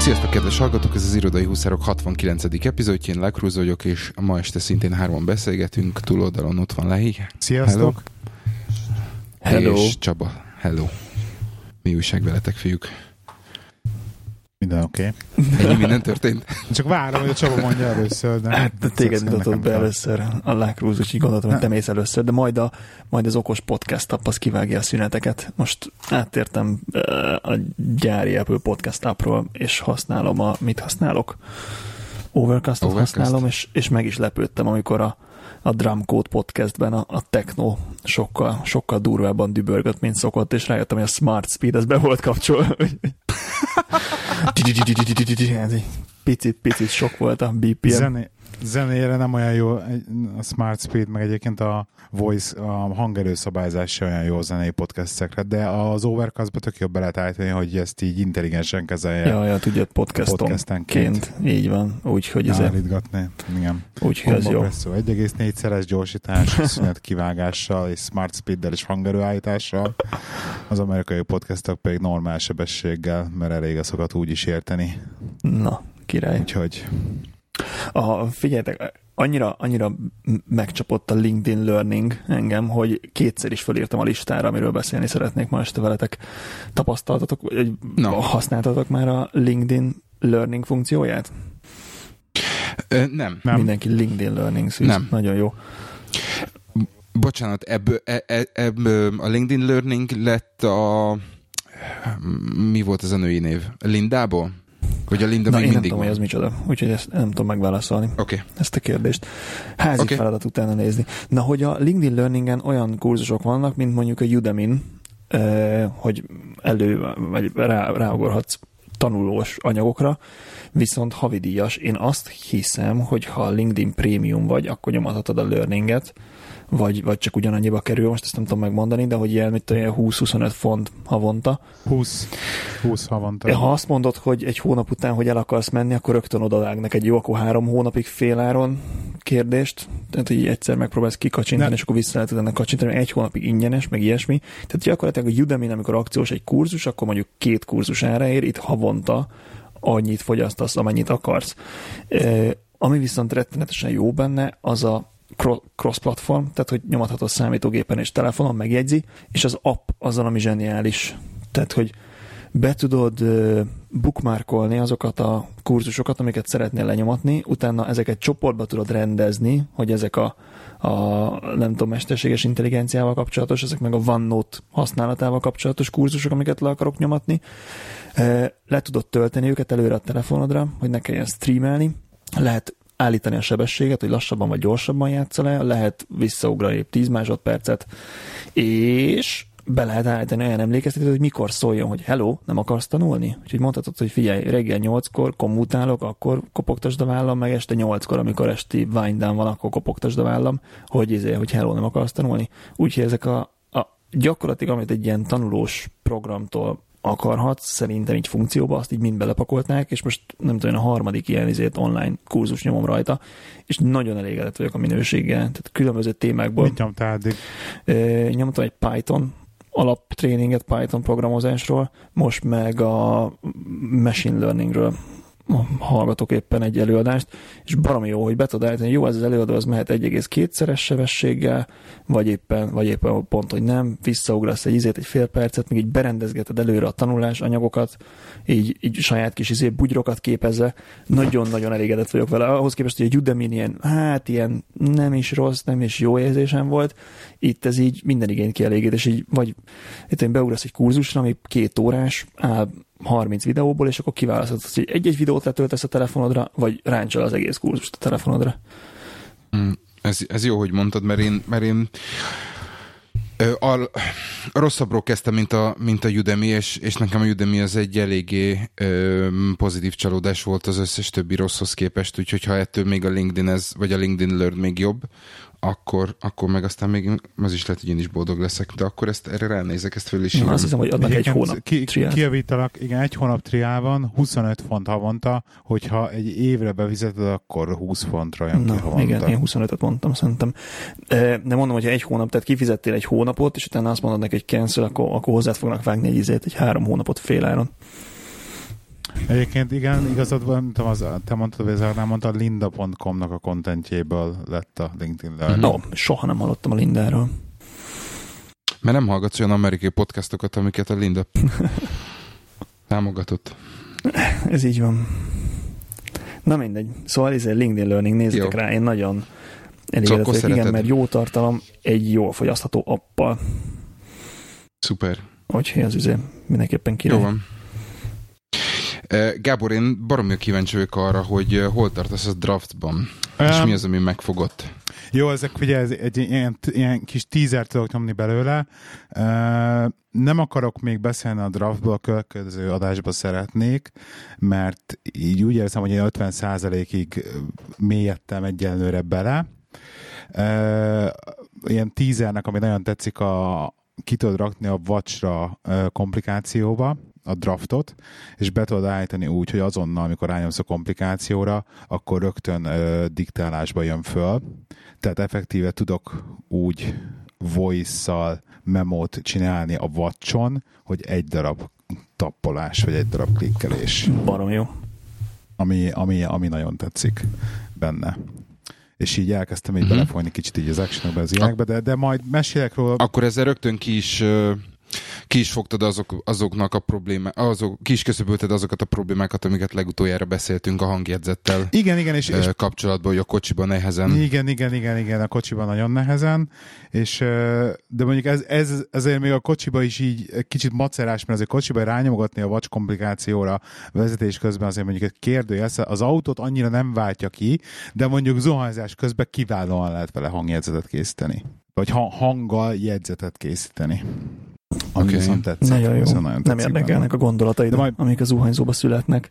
Sziasztok, kedves hallgatók! Ez az Irodai Huszárok 69. epizódja, én Lákrúz vagyok, és ma este szintén hárman beszélgetünk. Túloldalon ott van Lehi. Sziasztok! Hello! És Csaba. Hello! Mi újság veletek, fiúk? Minden oké. Ennyi minden történt? Csak várom, hogy a Csaba mondja először. De hát téged mutatott be először a Lákrúz, úgyhogy gondoltam, hogy te mész először, de majd az okos podcast app az kivágja a szüneteket. Most áttértem a gyári Apple podcast appról, és használom mit használok? Overcast-ot használom, és meg is lepődtem, amikor a Drumcode podcastben a techno sokkal durvábban dübörgött, mint szokott, és rájöttem, hogy a Smart Speed az be volt kapcsolva. Picit sok volt a BPM. Zenére nem olyan jó a Smart Speed, meg egyébként a Voice, a hangerőszabályzás se olyan jó a zenei podcastekre, de az Overcastba tök jobb be lehet állítani, hogy ezt így intelligensen kezelje. Ja, tudja, podcastenként. Így van. Úgyhogy ez állítgatni. Igen. Úgyhogy ez jó. 1,4-szeres gyorsítás, szünet kivágással, és Smart Speeddel és hangerőállítással. Az amerikai podcastok pedig normál sebességgel, mert elég azokat úgy is érteni. Na, király. Úgyhogy figyeljetek, annyira megcsapott a LinkedIn Learning engem, hogy kétszer is felírtam a listára, amiről beszélni szeretnék ma este veletek. Tapasztaltatok, vagy használtatok már a LinkedIn Learning funkcióját? Nem. Mindenki LinkedIn Learning szűz. Nem. Nagyon jó. Bocsánat, ebből a LinkedIn Learning lett mi volt az a női név? Lindából? Hogy a Linda még mindig nem tudom, hogy ez micsoda, úgyhogy ezt nem tudom megválaszolni. Ezt a kérdést. Házi feladat utána nézni. Na, hogy a LinkedIn Learningen olyan kurzusok vannak, mint mondjuk a Udemy-n, hogy vagy ráugorhatsz tanulós anyagokra, viszont havidíjas. Én azt hiszem, hogy ha LinkedIn Premium vagy, akkor nyomathatod a Learninget, vagy csak ugyanannyiba kerül, most ezt nem tudom megmondani, de hogy ilyen 20-25 font havonta. 20 havonta. Ha azt mondod, hogy egy hónap után, hogy el akarsz menni, akkor rögtön odavág neked, jó, akkor 3 hónapig féláron kérdést, tehát hogy egyszer megpróbálsz kikacsintani, és akkor vissza lehet utána kacsintani, 1 hónapig ingyenes, meg ilyesmi. Tehát gyakorlatilag a Udemy-n, amikor akciós egy kurzus, akkor mondjuk 2 kurzus ára ér, itt havonta annyit fogyasztasz, amennyit akarsz. Ami viszont rettenetesen jó benne, az a cross-platform, tehát hogy nyomathatod számítógépen és telefonon, megjegyzi, és az app azzal, ami zseniális. Tehát, hogy be tudod bookmarkolni azokat a kurzusokat, amiket szeretnél lenyomatni, utána ezeket csoportba tudod rendezni, hogy ezek a nem tudom, mesterséges intelligenciával kapcsolatos, ezek meg a OneNote használatával kapcsolatos kurzusok, amiket le akarok nyomatni. Le tudod tölteni őket előre a telefonodra, hogy ne kelljen streamelni. Lehet állítani a sebességet, hogy lassabban vagy gyorsabban játssza le, lehet visszaugrani 10 másodpercet, és be lehet állítani olyan emlékeztetőt, hogy mikor szóljon, hogy hello, nem akarsz tanulni? Úgyhogy mondhatod, hogy figyelj, reggel 8-kor kommutálok, akkor kopogtasd a vállam, meg este 8-kor, amikor esti wind down van, akkor kopogtasd a vállam, hogy hello, nem akarsz tanulni? Úgyhogy ezek a gyakorlatilag, amit egy ilyen tanulós programtól akarhatsz, szerintem így funkcióba, azt így mind belepakolták, és most nem tudom, a harmadik ilyen online kurzus nyomom rajta, és nagyon elégedett vagyok a minőséggel. Tehát különböző témákból. Mit nyomtál addig? Nyomtam egy Python alaptréninget Python programozásról, most meg a machine learningről hallgatok éppen egy előadást, és baromi jó, hogy be tudod állítani, jó, ez az előadó, az mehet 1,2-szeres sebességgel, vagy éppen pont, hogy nem, visszaugrasz egy fél percet, még így berendezgeted előre a tanulás anyagokat, így saját kis bugyrokat képezve, nagyon-nagyon elégedett vagyok vele. Ahhoz képest, hogy a Udemy ilyen nem is rossz, nem is jó érzésem volt, itt ez így minden igényt kielégít, és így vagy itt beugrasz egy kurzusra, ami 2 órás, 30 videóból, és akkor kiválasztod, hogy egy videót letöltesz a telefonodra, vagy ráncsol az egész kurzust a telefonodra. Ez jó, hogy mondtad, mert én rosszabbról kezdtem, mint a Udemy, és nekem a Udemy az egy eléggé pozitív csalódás volt az összes többi rosszhoz képest, úgyhogy ha ettől még a LinkedIn vagy a LinkedIn Learn még jobb, akkor meg aztán még az is lehet, hogy én is boldog leszek, de akkor erre ránézek, ezt föl is írom. Azt hiszem, hogy adnak egy hónap triát. Kijavítalak, igen, 1 hónap triál van, 25 font havonta, hogyha egy évre befizeted, akkor 20 fontra jön ki havonta. Igen, én 25-öt mondtam, szerintem. De mondom, hogyha 1 hónap, tehát kifizettél 1 hónapot, és utána azt mondod neki, hogy cancel, akkor hozzád fognak vágni egy 3 hónapot féláron. Egyébként igen, igazad van, nem tudom, te mondtad, vagy az mondta, Lynda.com-nak a contentjéből lett a LinkedIn Learning. No, soha nem hallottam a Lindáról. Mert nem hallgatsz olyan amerikai podcastokat, amiket a Linda támogatott. Ez így van. Na mindegy. Szóval ez egy LinkedIn Learning, nézzétek rá, én nagyon elégedett vagyok, igen, mert jó tartalom egy jól fogyasztható appal. Szuper. Úgyhogy az mindenképpen király. Jó van. Gábor, én baromi kíváncsi vagyok arra, hogy hol tartasz a draftban, és mi az, ami megfogott. Jó, ezek ugye egy ilyen kis teaser tudok nyomni belőle. Nem akarok még beszélni a draftból, a következő adásba szeretnék, mert így úgy érzem, hogy én 50%-ig mélyedtem egyenlőre bele. Ilyen teasernek, ami nagyon tetszik, ki tudod rakni a watchra komplikációba a draftot, és be tudod állítani úgy, hogy azonnal, amikor rányomsz a komplikációra, akkor rögtön diktálásba jön föl. Tehát effektíve tudok úgy voice-szal memót csinálni a watchon, hogy egy darab tappolás, vagy egy darab klikkelés. Barom jó. Ami nagyon tetszik benne. És így elkezdtem így belefolyni kicsit így az actionokba, az ilyenekbe, de majd mesélek róla. Akkor ezzel rögtön ki is fogtad azoknak a ki is köszöbölted azokat a problémákat, amiket legutoljára beszéltünk a hangjegyzettel. Igen, és kapcsolatban, hogy a kocsiban nehezen. Igen, a kocsiban nagyon nehezen, és de mondjuk ez azért még a kocsiba is így kicsit macerás, mert azért kocsiba rányogatni a watch komplikációra vezetés közben azért mondjuk egy kérdőjel, az autót annyira nem váltja ki, de mondjuk zuhanyzás közben kiválóan lehet vele hangjegyzetet készíteni. Vagy hanggal jegyzetet készíteni. Ami viszont tetszik. Nagyon jó. Nem érdekelnek a gondolataid, amik a zuhanyzóba születnek.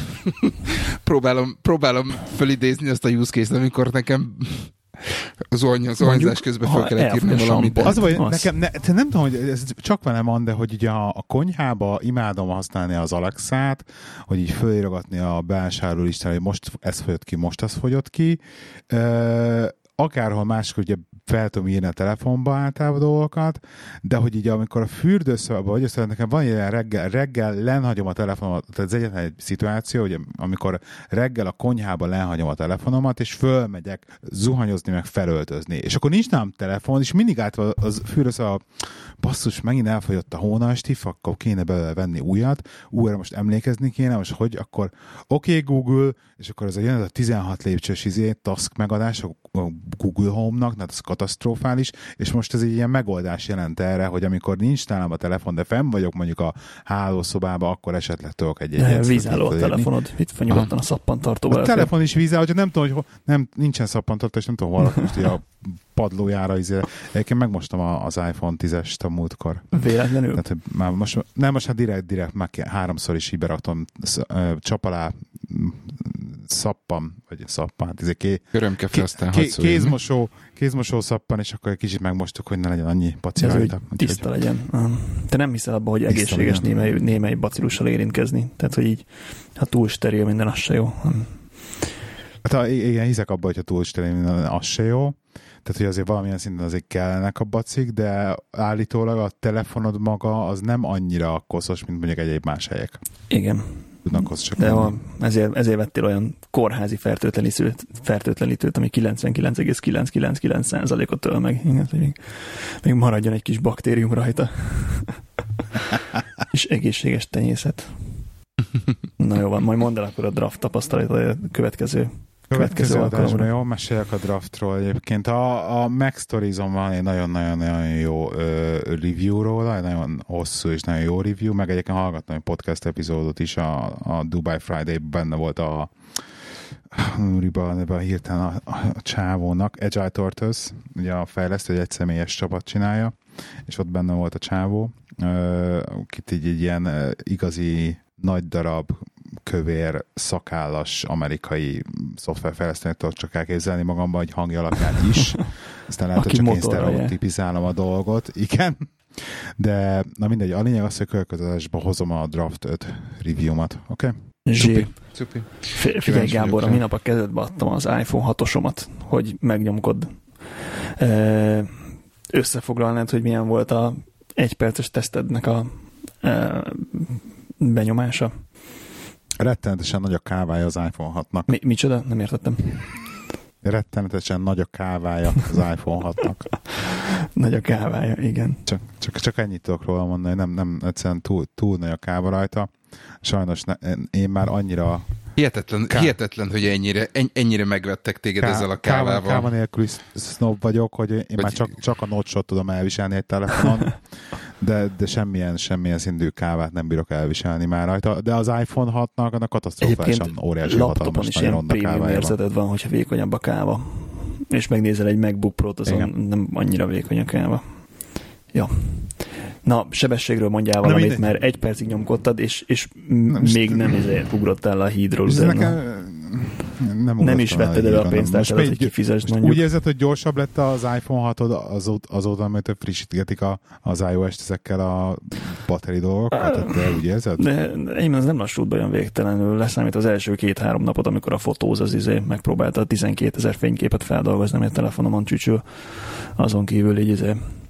próbálom fölidézni azt a use case-t, amikor nekem zuhanyzás közben fel kellett írni valamit. Az vagy, nekem, nem tudom, hogy ez csak velem van, de hogy ugye a konyhába imádom használni az Alexát, hogy így fölírogatni a belsáró listára, hogy most ez fogyott ki, most az fogyott ki. Akárhol máskor ugye fel tudom írni a telefonba általában dolgokat, de hogy így amikor a fürdőszobában vagy, aztán nekem van ilyen reggel lenhagyom a telefonomat, tehát ez egyetlen egy szituáció, hogy amikor reggel a konyhában lenhagyom a telefonomat, és fölmegyek zuhanyozni, meg felöltözni. És akkor nincs nálam telefon, és mindig általában az fürdőszobában basszus, megint elfogyott a hónastif, akkor kéne belőle venni újat, újra most emlékezni kéne, most hogy akkor oké, Google, és akkor jön ez a 16 lépcsős task megadás a Google Home-nak, tehát ez katasztrofális, és most ez egy ilyen megoldás jelent erre, hogy amikor nincs nálam a telefon, de fenn vagyok mondjuk a hálószobában, akkor esetleg tudok egy vízálló a telefonod, itt van nyugodtan a szappantartóval. A telefon is vízálló, hogy nem tudom, hogy nincsen szappantartó, és nem tudom, hol most a padlójára egyébként megmostam az iPhone 10-est a múltkor. Véletlenül? Tehát, most hát direkt már háromszor is így beraktam csap alá szappan, vagy szappan, hát ez Örömkefe, aztán kézmosó szappan, és akkor egy kicsit megmostuk, hogy ne legyen annyi baci rajta. Tiszta legyen. Te nem hiszel abba, hogy egészséges némely bacilussal érintkezni. Tehát, hogy így, ha túl steril minden, az se jó. Hát igen, hiszek abba, hogyha túl steril minden, az se jó. Tehát, hogy azért valamilyen szinten azért kellenek a bacik, de állítólag a telefonod maga az nem annyira koszos, mint mondjuk egyéb más helyek. Igen. De ezért vettél olyan kórházi fertőtlenítőt, ami 99,999%-ot öl meg. Igen, hogy még maradjon egy kis baktérium rajta. És egészséges tenyészet. Na jó van, majd mondd el akkor a draft tapasztalat a következő adásban, jó? Meséljek a draftról egyébként. A Maxtorizon van egy nagyon-nagyon jó review róla, egy nagyon hosszú és nagyon jó review, meg egyébként hallgattam egy podcast epizódot is, a Dubai Friday-ben benne volt a hirtelen a csávónak, Agile Tortoise, ugye a fejlesztő, egy egyszemélyes csapat csinálja, és ott benne volt a csávó, akit így egy ilyen igazi nagy darab kövér, szakállas amerikai szoftverfejlesztőnek tudok csak elképzelni magamban, hogy hangja alapján is. Aztán lehet, hogy csak én sztereotipizálom a dolgot. Igen. De na mindegy, a lényeg az, hogy következőadásban hozom a Draft 5 review-mat. Oké? Okay? Szupi. Figyelj Gábor, a minap a kezedbe adtam az iPhone 6-osomat, hogy megnyomkod. Összefoglalnád, hogy milyen volt a egyperces tesztednek a benyomása? Rettenetesen nagy a kávája az iPhone 6-nak. Micsoda? Nem értettem. Rettenetesen nagy a kávája az iPhone 6-nak. Nagy a kávája, igen. Csak ennyit tudok róla mondani, nem egyszerűen túl nagy a káva rajta. Sajnos én már annyira... Hihetetlen, hogy ennyire megvettek téged ezzel a kávával. Káva nélküli snob vagyok, hogy én már csak a notchot tudom elviselni egy telefonon, de semmilyen szintű kávát nem bírok elviselni már rajta. De az iPhone 6-nak annak katasztrofálisan óriási hatalmas nagy ronda kávája van. Laptopon is ilyen érzeted van, hogyha vékonyabb a káva. És megnézel egy MacBook Pro-t, azon nem annyira vékony a káva. Ja. Na, sebességről mondjál valamit, mert 1 percig nyomkodtad, és még nem ugrottál a hídról. Nem is vetted elő a pénztárcádat, hogy kifizesd mondjuk. Úgy érzed, hogy gyorsabb lett az iPhone 6-od azóta, amit frissítgetik az iOS-t ezekkel a batteri dolgokat? Te úgy érzed? De én az nem lassult be olyan végtelenül. Leszámít az első 2-3 napot, amikor a fotóz megpróbálta a 12 000 fényképet feldolgozni, ami a telefonomon csücsül. Azon kívül így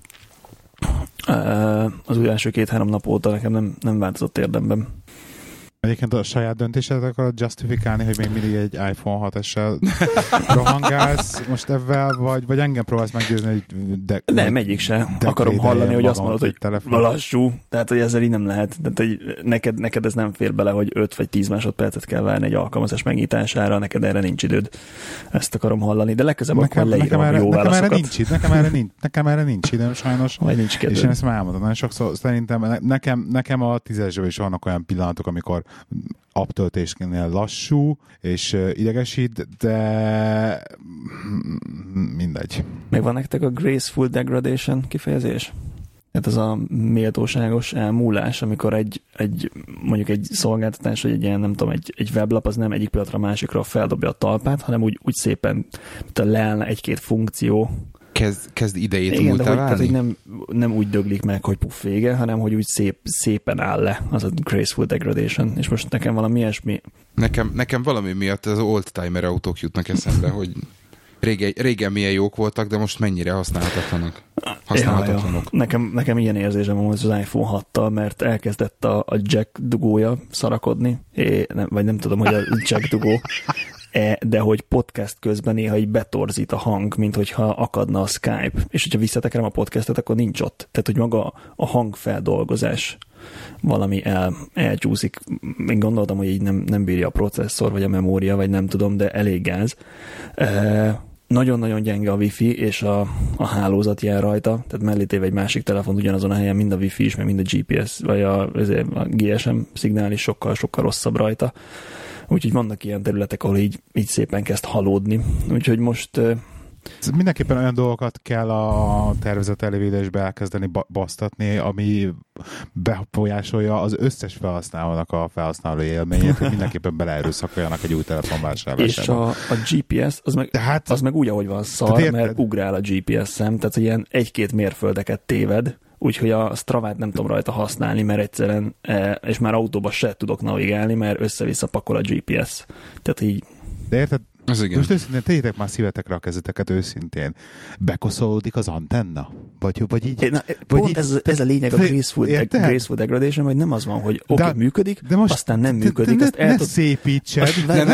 az új első 2-3 nap óta nekem nem változott érdemben. Egyébként a saját döntésedet akarod justifikálni, hogy még mindig egy iPhone 6-essel rohangálsz most ebben, vagy engem próbálsz meggyőzni, hogy nem, egyik se. Akarom hallani, hogy azt mondod, hogy lassú, tehát hogy ezzel így nem lehet. Tehát, hogy neked ez nem fér bele, hogy 5 vagy 10 másodpercet kell várni egy alkalmazás megnyitására, neked erre nincs időd. Ezt akarom hallani, de legközelebb akkor leírom a jó válaszokat. Nekem erre nincs időm sajnos. Vagy nincs kedvem. És én ezt már elmondom. Nagyon sokszor szerintem nekem a 10-esben is vannak olyan pillanatok, amikor apptöltésnél lassú és idegesít, de mindegy. Megvan nektek a graceful degradation kifejezés? Hát ez a méltóságos elmúlás, amikor mondjuk egy szolgáltatás, vagy egy ilyen, nem tudom, egy weblap, az nem egyik pillanatra a másikra feldobja a talpát, hanem úgy szépen leállna 1-2 funkció. Kezd idejét igen, múltá válni? Tehát, nem úgy döglik meg, hogy puff vége, hanem hogy úgy szépen áll le az a graceful degradation. És most nekem valami ilyesmi. Nekem valami miatt az old-timer autók jutnak eszembe, hogy régen milyen jók voltak, de most mennyire használhatatlanok. Nekem ilyen érzésem van az iPhone 6-tal, mert elkezdett a jack dugója szarakodni, vagy nem tudom, hogy a jack dugó, de hogy podcast közben néha így betorzít a hang, mint hogyha akadna a Skype. És hogyha visszatekerem a podcastet, akkor nincs ott. Tehát, hogy maga a hangfeldolgozás valami elcsúszik. Én gondoltam, hogy így nem bírja a processzor, vagy a memória, vagy nem tudom, de elég gáz. Nagyon-nagyon gyenge a Wi-Fi, és a hálózat jel rajta, tehát mellé téve egy másik telefon ugyanazon a helyen, mind a Wi-Fi is, meg mind a GPS, vagy a GSM szignál is sokkal-sokkal rosszabb rajta. Úgyhogy vannak ilyen területek, ahol így szépen kezd halódni. Úgyhogy most... Mindenképpen olyan dolgokat kell a tervezett elővédésbe elkezdeni basztatni, ami befolyásolja az összes felhasználónak a felhasználó élményét, hogy mindenképpen beleerőszakoljanak egy új telefon vásárlásába. És a GPS, az meg úgy, ahogy van szar, mert ugrál a GPS-em, tehát ilyen 1-2 mérföldeket téved, úgyhogy a Stravát nem tudom rajta használni, mert egyszerűen, és már autóba se tudok navigálni, mert össze-vissza pakol a GPS. Tehát így... De érted? Most őszintén, tegyétek már szívetekre a kezeteket őszintén. Bekoszolódik az antenna? Vagy így? Pont így, ez a lényeg a graceful degradation, hogy nem az van, hogy működik, de most, aztán nem működik. Ne szépítsed.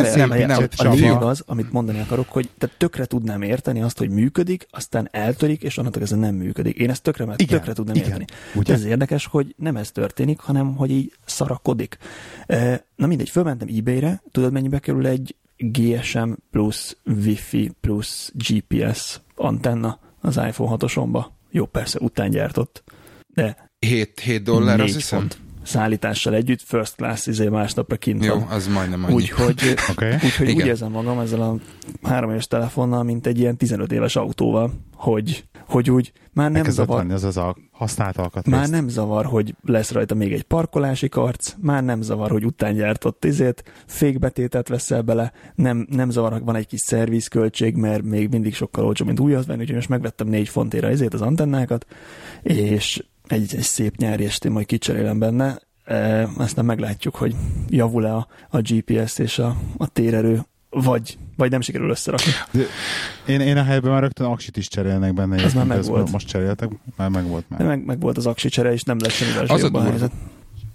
A lényeg az, amit mondani akarok, hogy te tökre tudnám érteni azt, hogy működik, aztán eltörik, és onnantól ez nem működik. Én ezt tökre tudnám érteni. De ez érdekes, hogy nem ez történik, hanem hogy így szarakodik. Na mindegy, fölmentem eBay-re, tudod mennyibe kerül egy GSM plusz Wi-Fi plusz GPS antenna az iPhone 6-osomba. Jó, persze, után gyártott. De $7 azt hiszem? Szállítással együtt, first class, másnapra kint van. Jó, az majdnem annyi. Úgyhogy úgy érzem magam ezzel a 3 éves telefonnal, mint egy ilyen 15 éves autóval, hogy úgy már nem zavar. Ez az a használt alkatrész. Már nem zavar, hogy lesz rajta még egy parkolási karc, már nem zavar, hogy utángyártott fékbetétet veszel bele, nem zavar, hogy van egy kis szervizköltség, mert még mindig sokkal olcsóbb, mint újat venni, úgyhogy most megvettem 4 fontért az antennákat, és egy szép nyári estén majd kicserélem benne, aztán meglátjuk, hogy javul-e a GPS és a térerő, vagy nem sikerül összerakni. Én a helyben már rögtön aksit is cserélnek benne. Ez már megvolt. Most cseréltek, már megvolt már. Meg volt az aksi csere, és nem lesz semmivel jobb a helyzet.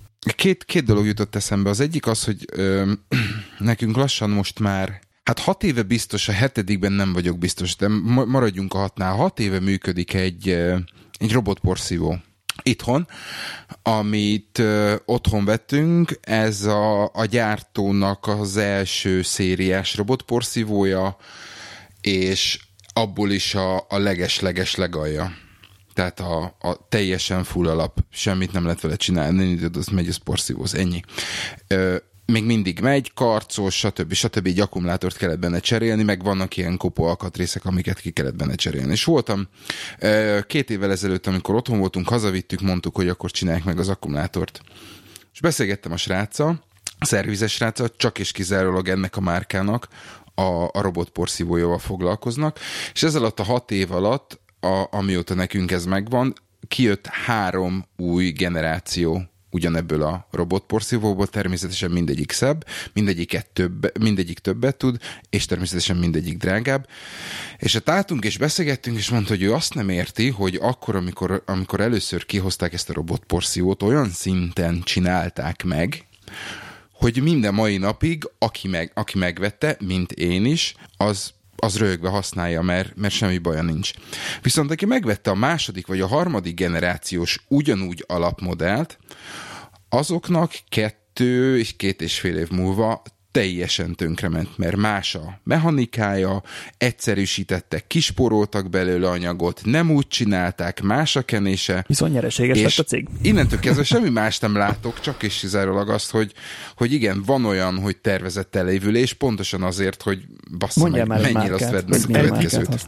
két dolog jutott eszembe. Az egyik az, hogy nekünk lassan most már 6 éve biztos, a 7. nem vagyok biztos, de maradjunk a 6-nál. 6 éve működik egy robotporszívó itthon, amit otthon vettünk. Ez a gyártónak az első szériás robotporszívója, és abból is a leges legalja. Tehát a teljesen full alap, semmit nem lehet vele csinálni, az megy, az porszívóz, ennyi. Még mindig megy, karcos, stb. Egy akkumulátort kellett benne cserélni, meg vannak ilyen kopó alkatrészek, amiket ki kellett benne cserélni. És voltam 2 évvel ezelőtt, amikor otthon voltunk, hazavittük, mondtuk, hogy akkor csinálják meg az akkumulátort. És beszélgettem a sráccal, a szervizes sráccal, csak és kizárólag ennek a márkának a robotporszívójával foglalkoznak, és ez alatt a 6 év alatt, amióta nekünk ez megvan, kijött 3 új generáció ugyanebből a robotporszívóból, természetesen mindegyik szebb, mindegyik többet tud, és természetesen mindegyik drágább. És álltunk és beszélgettünk, és mondta, hogy ő azt nem érti, hogy akkor, amikor először kihozták ezt a robotporszívót, olyan szinten csinálták meg, hogy minden mai napig, aki megvette, mint én is, az röhögve használja, mert semmi baja nincs. Viszont aki megvette a 2. vagy a 3. generációs ugyanúgy alapmodellt, azoknak 2 és 2,5 év múlva teljesen tönkrement, mert más a mechanikája, egyszerűsítettek, kisporoltak belőle anyagot, nem úgy csinálták, más a kenése. Viszont nyereséges lett a cég. Innentől kezdve semmi más nem látok, csak és kizárólag azt, hogy igen, van olyan, hogy tervezett elévülés, pontosan azért, hogy bassza meg, mennyire azt vedd meg a következőt.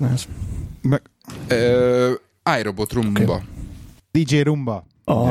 iRobot Rumba. Okay. DJ Rumba.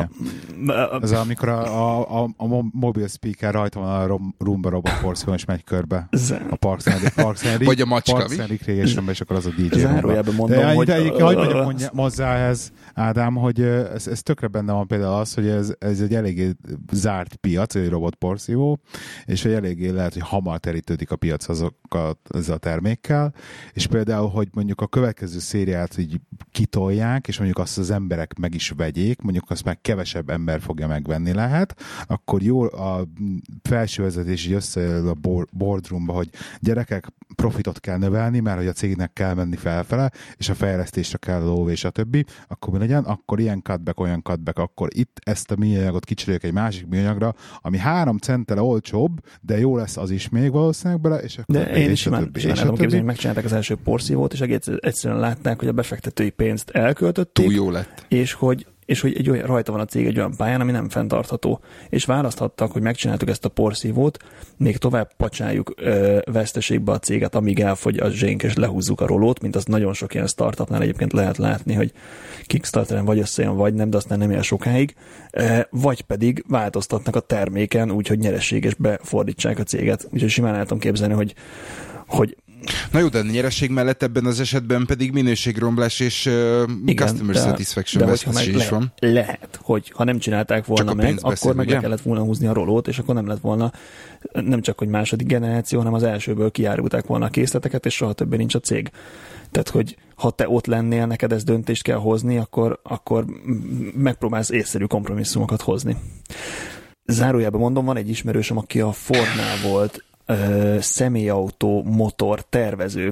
Ez amikor a mobil speaker rajta van a Rumba robotporszívón, és megy körbe a Parks and vagy a macska, Recreation-ben, és akkor az a DJ Rumba. Zárójában mondom, hogy mondjam hozzá ehhez, Ádám, hogy ez tökre benne van például az, hogy ez egy eléggé zárt piac, egy robotporszívó, és hogy eléggé lehet, hogy hamar terítődik a piac ezzel a termékkel, és például, hogy mondjuk a következő szériát így kitolják, és mondjuk azt az emberek meg is vegyék, mondjuk azt már kevesebb ember fogja megvenni lehet, akkor jól a felső vezetés így összejöll a boardroomba, hogy gyerekek, profitot kell növelni, mert hogy a cégnek kell menni felfele, és a fejlesztésre kell lóvé, és a többi, akkor mi legyen? Akkor ilyen cutback, olyan cutback, akkor itt ezt a műanyagot kicseréljük egy másik műanyagra, ami 3 centtel olcsóbb, de jó lesz az is még valószínűleg bele, és akkor de én is simán képzelni, megcsinálták az első porszívót, és egyszerűen látták, hogy a befektetői pénzt elköltötték. Túl jó lett. És hogy egy olyan, rajta van a cég egy olyan pályán, ami nem fenntartható. És választhattak, hogy megcsináltuk ezt a porszívót, még tovább pacsáljuk veszteségbe a céget, amíg elfogy a zsénk, és lehúzzuk a rolót, mint az nagyon sok ilyen startupnál egyébként lehet látni, hogy Kickstarteren vagy összejön, vagy nem, de aztán nem él sokáig, vagy pedig változtatnak a terméken, úgyhogy nyereségesbe fordítsák a céget. Úgyhogy simán el tudom képzelni, hogy na jó, de a nyereség mellett ebben az esetben pedig minőségromlás és customer satisfaction veszteség is van. Lehet, hogy ha nem csinálták volna meg, akkor meg le kellett volna húzni a rolót, és akkor nem lett volna nem csak hogy 2. generáció, hanem az elsőből kiárulták volna a készleteket, és soha többé nincs a cég. Tehát, hogy ha te ott lennél, neked ezt döntést kell hozni, akkor megpróbálsz észszerű kompromisszumokat hozni. Zárójában mondom, van egy ismerősöm, aki a Fordnál volt személyautó motor tervező,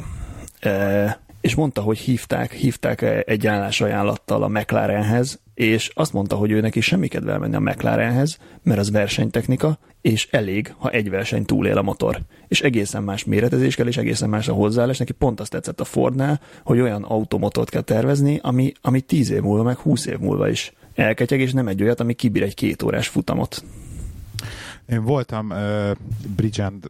és mondta, hogy hívták egy állásajánlattal a McLarenhez, és azt mondta, hogy ő neki semmi kedve elmenni a McLarenhez, mert az versenytechnika, és elég, ha egy verseny túlél a motor. És egészen más méretezés kell, és egészen más a hozzáállás. Neki pont azt tetszett a Fordnál, hogy olyan automotort kell tervezni, ami 10 év múlva, meg 20 év múlva is elketyeg, és nem egy olyat, ami kibír egy 2 órás futamot. Én voltam Bridgend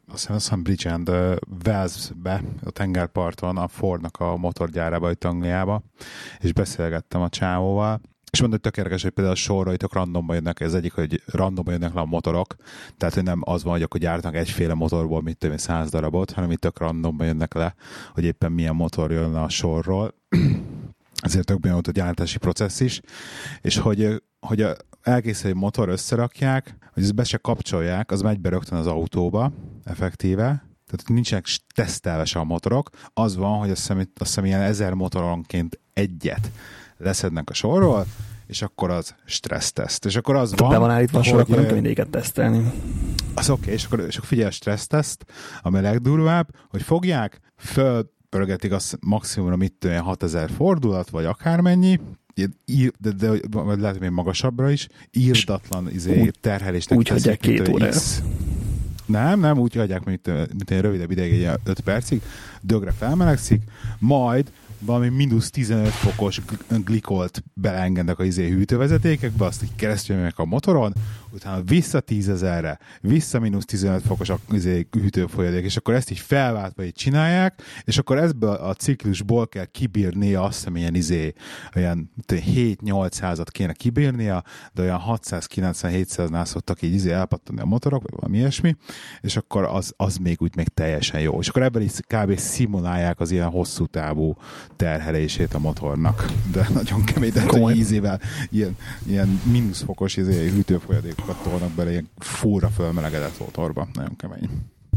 Walesbe, a tengerparton, a Fordnak a motorgyárába, itt Angliába, és beszélgettem a csávóval, és mondta, hogy tök érdekes, hogy például a sorra itt randomban jönnek, ez egyik, hogy randomban jönnek le a motorok, tehát hogy nem az van, hogy akkor gyártanak egyféle motorból, mit tudom, 100 darabot, hanem itt tök randomban jönnek le, hogy éppen milyen motor jön a sorról. Ezért tök bejön ott a gyártási processz is, és hogy elkészül egy motor, összerakják, hogy ezt be se kapcsolják, az megy be rögtön az autóba, effektíve, tehát nincsenek tesztelve se a motorok. Az van, hogy azt hiszem ilyen 1000 motoronként egyet leszednek a sorról, és akkor az stresszteszt. És akkor az van, be van állítva a sor, akkor nem kell mindegyiket tesztelni. Az oké, és akkor figyelj a stresszteszt, ami a legdurvább, hogy fogják, fölpörgetik azt maximumra, mit tudom, 6000 fordulat, vagy akármennyi, de lehet, hogy még magasabbra is, írdatlan terhelésnek úgy hagyják 2 órára. Nem, úgy hagyják, mint egy rövidebb ideig, 5 percig, dögre felmelegszik, majd valami mínusz 15 fokos glikolt beleengednek a hűtővezetékekbe, azt így keresztül mennek a motoron, utána vissza 10 000-re, vissza mínusz 15 fokos a hűtőfolyadék, és akkor ezt így felváltva így csinálják, és akkor ebből a ciklusból kell kibírnia azt, amilyen olyan 7-800-at kéne kibírnia, de olyan 690-700-nál szoktak így elpattani a motorok, vagy valami ilyesmi, és akkor az még úgy még teljesen jó. És akkor ebben is kb. Szimulálják az ilyen hosszú távú terhelését a motornak. De nagyon kemény, de hogy ízével ilyen mínuszfokos hűtőfolyadékokat tolnak bele, ilyen fúra fölmelegedett motorba. Nagyon kemény.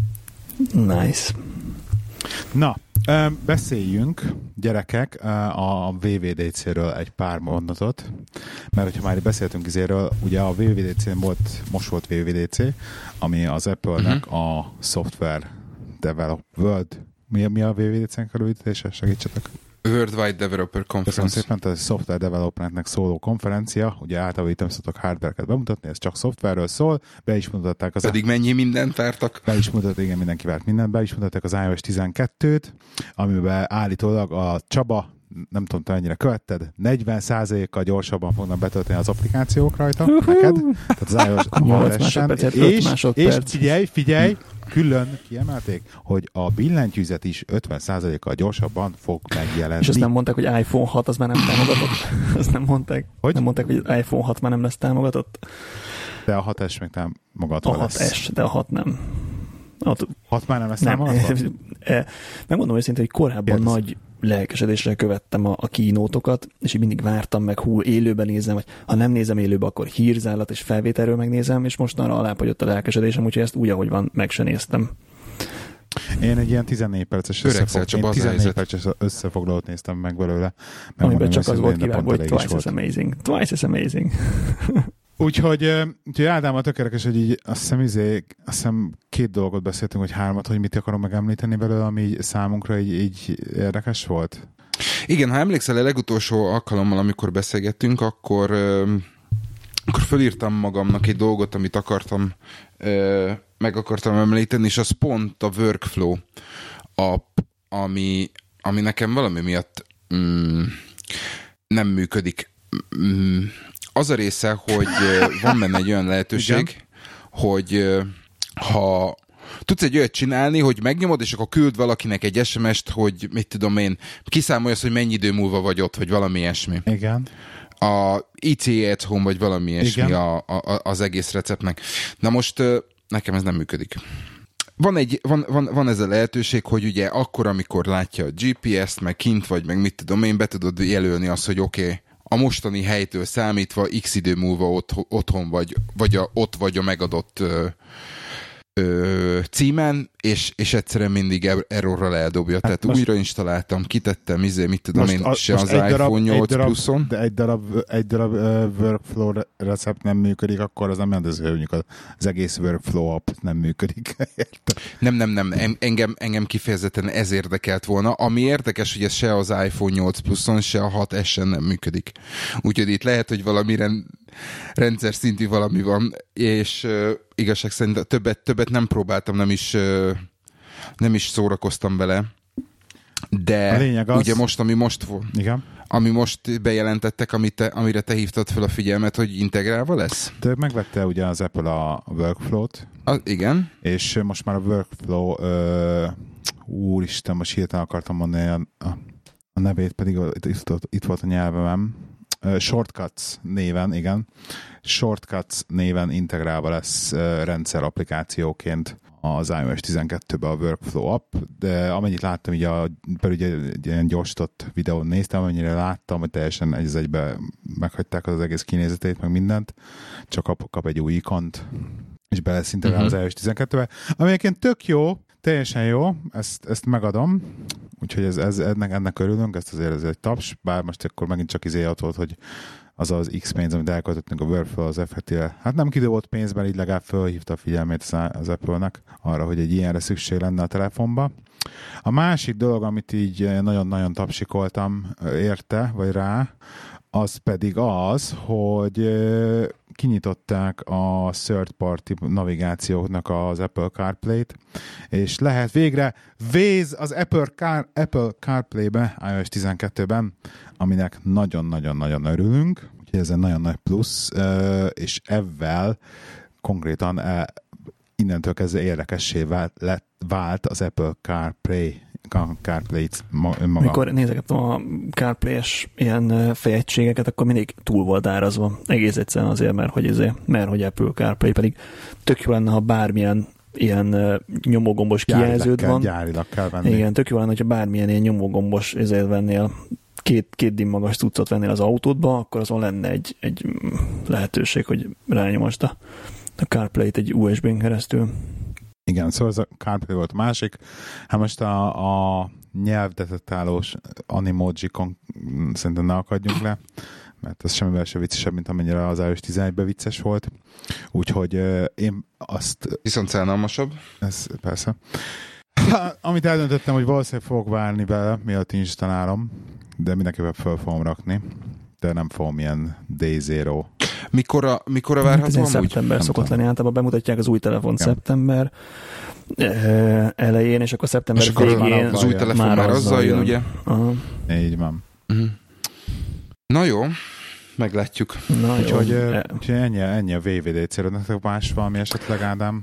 Nice. Na, beszéljünk, gyerekek, a VVDC-ről egy pár mondatot, mert hogyha már beszéltünk izéről, ugye a VVDC-n most volt VVDC, ami az Apple-nek a Software Develop mi a VVDC-n kerülítése? Segítsetek. Worldwide Developer Conference. Köszönöm szépen, tehát a Software Developmentnek szóló konferencia, ugye általában itt nem szoktak hardware-ket bemutatni, ez csak szoftverről szól, be is mutatták az... Pedig mennyi mindent vártak? Be is mutatták, igen, mindenki várt mindent, be is mutatták az iOS 12-t, amiben állítólag a Csaba, nem tudom, te mennyire követted, 40%-kal gyorsabban fognak betölteni az applikációk rajta, neked, tehát az iOS és figyelj, külön kiemelték, hogy a billentyűzet is 50%-kal gyorsabban fog megjelenni. És azt nem mondták, hogy iPhone 6 az már nem támogatott? Azt nem mondták? Hogy? Nem mondták, hogy az iPhone 6 már nem lesz támogatott? De a 6S meg támogatva lesz. A 6S, de a 6 nem. 6 már nem lesz támogatva? Megmondom őszintén, hogy korábban nagy lelkesedéssel követtem a kínótokat, és így mindig vártam meg, élőben nézem, vagy ha nem nézem élőbe, akkor hírzálat és felvételről megnézem, és mostanra alábbhagyott a lelkesedésem, úgyhogy ezt úgy, ahogy van, meg se néztem. Én egy ilyen 14 perces összefoglalót néztem meg belőle. Amiben csak az volt kivágva, hogy twice as amazing. Úgyhogy általában tökéletes, hogy így azt hiszem 2 dolgot beszéltünk, vagy 3, hogy mit akarom megemlíteni belőle, ami számunkra így érdekes volt. Igen, ha emlékszel, a legutolsó alkalommal, amikor beszélgettünk, akkor fölírtam magamnak egy dolgot, amit meg akartam említeni, és az pont a Workflow app, ami nekem valami miatt nem működik. Az a része, hogy van benne egy olyan lehetőség, hogy ha tudsz egy olyat csinálni, hogy megnyomod, és akkor küld valakinek egy SMS-t, hogy mit tudom én, kiszámolj azt, hogy mennyi idő múlva vagy ott, vagy valami ilyesmi. Igen. A ETA at home, vagy valami ilyesmi az egész receptnek. Na most nekem ez nem működik. Van ez a lehetőség, hogy ugye akkor, amikor látja a GPS-t, meg kint vagy, meg mit tudom én, be tudod jelölni azt, hogy oké, a mostani helytől számítva x idő múlva otthon ott vagy a megadott címen, és egyszerűen mindig errorral eldobja. Hát tehát újra installáltam, kitettem, mit tudom én, se az iPhone 8 pluszon. De egy darab workflow recept nem működik, akkor az nem jelent, hogy az egész workflow app nem működik. Nem. Engem kifejezetten ez érdekelt volna. Ami érdekes, hogy ez se az iPhone 8 pluszon, se a 6S-en nem működik. Úgyhogy itt lehet, hogy valami rendszer szintű valami van, és igazság szerint többet nem próbáltam, nem is szórakoztam vele, de ugye most, ami most bejelentettek, amire te hívtad fel a figyelmet, hogy integrálva lesz? De megvette ugye az Apple a Workflow-t. Igen. És most már a Workflow úristen, most hirtelen akartam mondani a nevét, pedig itt volt a nyelvemem. Shortcuts néven, igen. Shortcuts néven integrálva lesz rendszer applikációként az iOS 12-be a Workflow app, de amennyit láttam, így egy ilyen gyorsított videón néztem, amennyire láttam, hogy teljesen egybe meghagyták az egész kinézetét, meg mindent, csak kap egy új ikont, és be lesz integrálva az iOS 12-be, ami egyébként tök jó, teljesen jó, ezt megadom, úgyhogy ennek örülünk, ez egy taps, bár most akkor megint csak ott volt, az az X pénz, amit elköltöttünk a Wordflow az FHT-re. Hát nem kidobott pénzben, így legalább fölhívta a figyelmét az Apple-nek arra, hogy egy ilyenre szükség lenne a telefonba. A másik dolog, amit így nagyon-nagyon tapsikoltam érte, vagy rá, az pedig az, hogy kinyitották a third party navigációknak az Apple CarPlay-t, és lehet végre az Apple CarPlay-be, iOS 12-ben, aminek nagyon-nagyon-nagyon örülünk, úgyhogy ez egy nagyon nagy plusz, és ezzel konkrétan innentől kezdve érdekessé vált az Apple CarPlay-t önmaga. Mikor nézegettem a CarPlay-es ilyen fejegységeket, akkor mindig túl volt árazva. Egész egyszerűen azért, mert hogy Apple CarPlay, pedig tök jó lenne, ha bármilyen ilyen nyomógombos kijelződ van. Gyárilag kell venni. Igen, tök jó lenne, hogyha bármilyen ilyen nyomógombos ezért vennél, két dimmagas cuccot vennél az autódba, akkor azon lenne egy lehetőség, hogy rányomast a CarPlay-t egy USB-n keresztül. Igen, szóval ez a CarPlay volt a másik. Hát most a nyelvdetektálós animojikon szerintem ne akadjunk le, mert ez semmivel se viccesebb, mint amennyire az iOS 11-ben vicces volt. Úgyhogy én azt... Viszont szánalmasabb. Ez persze. Amit eldöntöttem, hogy valószínűleg fogok várni vele, mielőtt installálom, de mindenképpen föl fogom rakni. De nem fogom ilyen Day Zero. Mikor várható amúgy? Szeptember szokott lenni, általában bemutatják az új telefont szeptember elején, és akkor szeptember és végén az új telefon már azzal jön, ugye? Aha. Így van. Uh-huh. Na jó, meglátjuk. Úgyhogy ennyi a VVDC-ről. Nektek más valami esetleg, Ádám?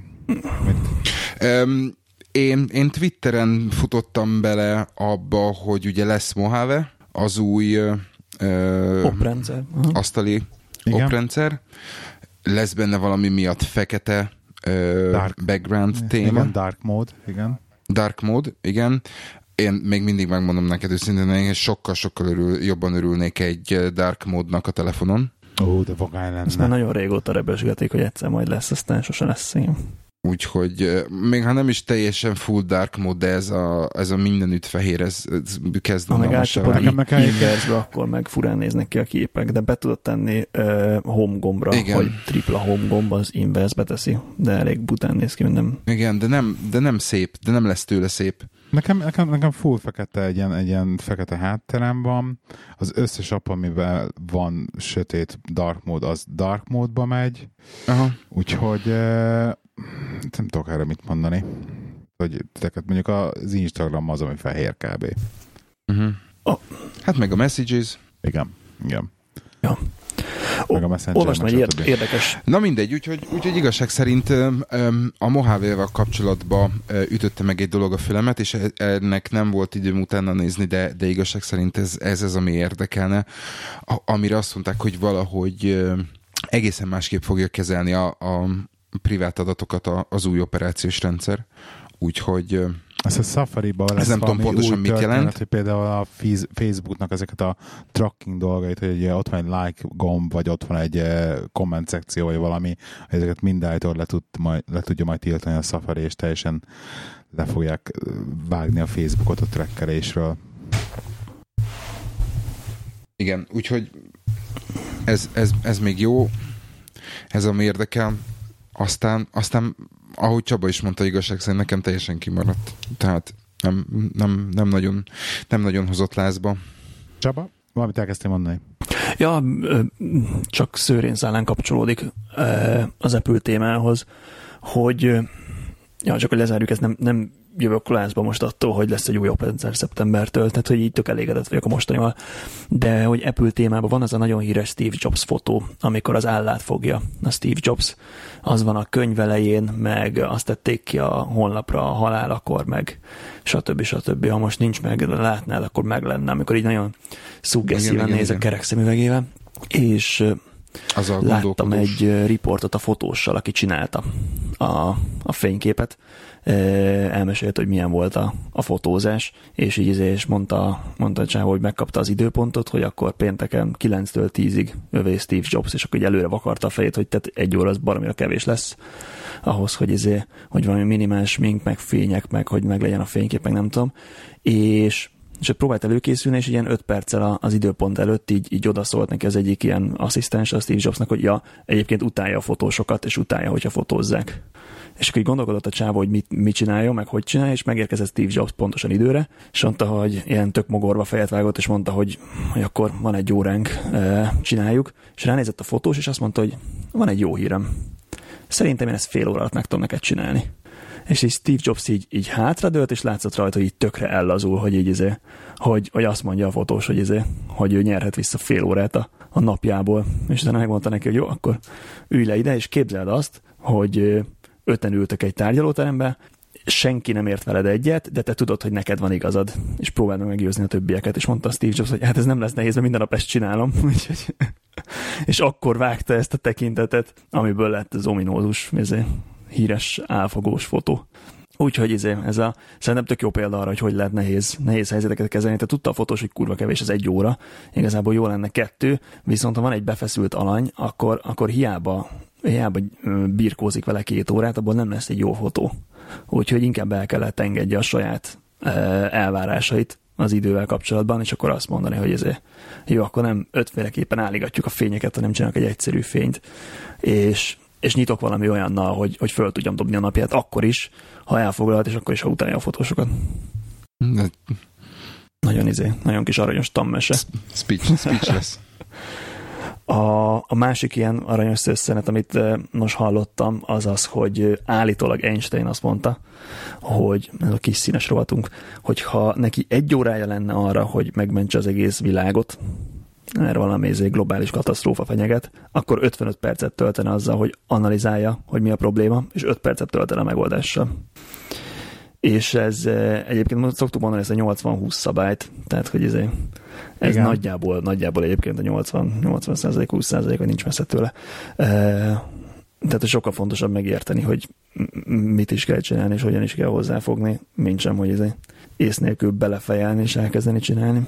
Én Twitteren futottam bele abba, hogy ugye lesz Mojave, az új oprendszer. Asztali oprendszer. Lesz benne valami miatt fekete background téma. Igen, dark mode, igen. Dark mode, igen. Én még mindig megmondom neked őszintén, én sokkal-sokkal jobban örülnék egy dark módnak a telefonon. Ó, de vagány lenne. Ezt már nagyon régóta rebesgetik, hogy egyszer majd lesz, aztán sose lesz. Igen. Úgyhogy még ha nem is teljesen full dark mode, de ez a mindenütt fehér, ez kezd unalmassá válni. Nekem inverzbe, akkor meg furán néznek ki a képek, de be tudod tenni home gombra, igen. Hogy tripla home gomb az inverzbe teszi, de elég bután néz ki minden. Igen, de nem szép, de nem lesz tőle szép. Nekem full fekete, egy ilyen fekete hátterem van. Az összes app, amiben van sötét dark mode, az dark módba megy. Aha. Úgyhogy nem tudok erre mit mondani. Hogy mondjuk az Instagram az, ami fehér kb. Uh-huh. Oh. Hát meg a messages. Igen. Ja. Meg a Messenger. Olvasd meg érdekes. Na mindegy, úgyhogy igazság szerint a Mojave-vel kapcsolatban ütötte meg egy dolog a fülemet, és ennek nem volt időm utána nézni, de igazság szerint ez az, ami érdekelne. Amire azt mondták, hogy valahogy egészen másképp fogja kezelni a privát adatokat az új operációs rendszer. Úgyhogy ez a Safari-ban lesz nem tudom pontosan mit jelent. Hogy például a Facebooknak ezeket a tracking dolgait, hogy ott van egy like gomb, vagy ott van egy comment szekció, vagy valami, ezeket mindenállítól le tudja majd tiltani a Safari, és teljesen le fogják vágni a Facebookot a trackelésről. Igen, úgyhogy ez még jó, ez ami érdekel. Aztán ahogy Csaba is mondta, igazság szerint nekem teljesen kimaradt. Tehát nem nagyon hozott lázba. Csaba, valamit elkezdtél mondani? Ja, csak szőrén kapcsolódik az Apple témához, hogy csak hogy lezárjuk, ez nem jövök lázba most attól, hogy lesz egy újabb rendszer szeptembertől, tehát hogy így tök elégedett vagyok a mostanival. De hogy Apple témában van az a nagyon híres Steve Jobs fotó, amikor az állát fogja a Steve Jobs. Az van a könyv elején, meg azt tették ki a honlapra a halálakor, meg stb. Ha most nincs meg, de látnád, akkor meg lenne, amikor így nagyon szuggesztíven néz a kerek szemüvegével. És láttam egy riportot a fotóssal, aki csinálta a fényképet, elmesélt, hogy milyen volt a fotózás, és így és mondta Csávó, hogy megkapta az időpontot, hogy akkor pénteken 9-től 10-ig övé Steve Jobs, és akkor így előre vakarta a fejét, hogy tehát 1 óra az baromira kevés lesz ahhoz, hogy valami minimális smink, meg fények, meg hogy meglegyen a fénykép, meg nem tudom. És és próbált előkészülni, és ilyen 5 perccel az időpont előtt így odaszólt neki az egyik ilyen asszisztens, a Steve Jobsnak, hogy egyébként utálja a fotósokat, és utálja, hogyha fotózzák. És akkor így gondolkodott a csávó, hogy mit csináljon, meg hogy csinálja, és megérkezett Steve Jobs pontosan időre, és mondta, hogy ilyen tök mogorva fejet vágott, és mondta, hogy akkor van egy óránk, csináljuk, és ránézett a fotós, és azt mondta, hogy van egy jó hírem. Szerintem én ezt fél óra alatt meg tudom neked csinálni. És így Steve Jobs így hátradőlt, és látszott rajta, hogy így tökre ellazul, hogy azt mondja a fotós, hogy ő nyerhet vissza fél órát a napjából. És utána megmondta neki, hogy jó, akkor ülj le ide, és képzeld azt, hogy 5-en ültek egy tárgyalóterembe, senki nem ért veled egyet, de te tudod, hogy neked van igazad, és próbáld meg meggyőzni a többieket, és mondta Steve Jobs, hogy hát ez nem lesz nehéz, mert minden nap ezt csinálom. És akkor vágta ezt a tekintetet, amiből lett az ominózus, híres álfogós fotó. Úgyhogy szerintem tök jó példa arra, hogy lehet nehéz helyzeteket kezelni. Tehát tudta a fotós, hogy kurva kevés az 1 óra, igazából jó lenne 2, viszont ha van egy befeszült alany, akkor hiába birkózik vele 2 órát, abból nem lesz egy jó fotó. Úgyhogy inkább el kellett engedje a saját elvárásait az idővel kapcsolatban, és akkor azt mondani, hogy jó, akkor nem 5-féleképpen állígatjuk a fényeket, hanem csinálok egy egyszerű fényt, és nyitok valami olyannal, hogy föl tudjam dobni a napját akkor is, ha elfoglalt, és akkor is, ha utálja a fotósokat. Nagyon kis aranyos tanmese. Speechless. A másik ilyen aranyos szösszenet, amit most hallottam, az az, hogy állítólag Einstein azt mondta, hogy ez a kis színes rovatunk, hogyha neki 1 órája lenne arra, hogy megmentse az egész világot, erre valami globális katasztrófa fenyeget, akkor 55 percet töltene azzal, hogy analizálja, hogy mi a probléma, és 5 percet töltene a megoldással. És ez egyébként szoktuk mondani ezt a 80-20 szabályt, tehát hogy ez nagyjából egyébként a 80% 20%, hogy nincs messze tőle. Tehát sokkal fontosabb megérteni, hogy mit is kell csinálni, és hogyan is kell hozzáfogni, mint sem, hogy ész nélkül belefejelni és elkezdeni csinálni.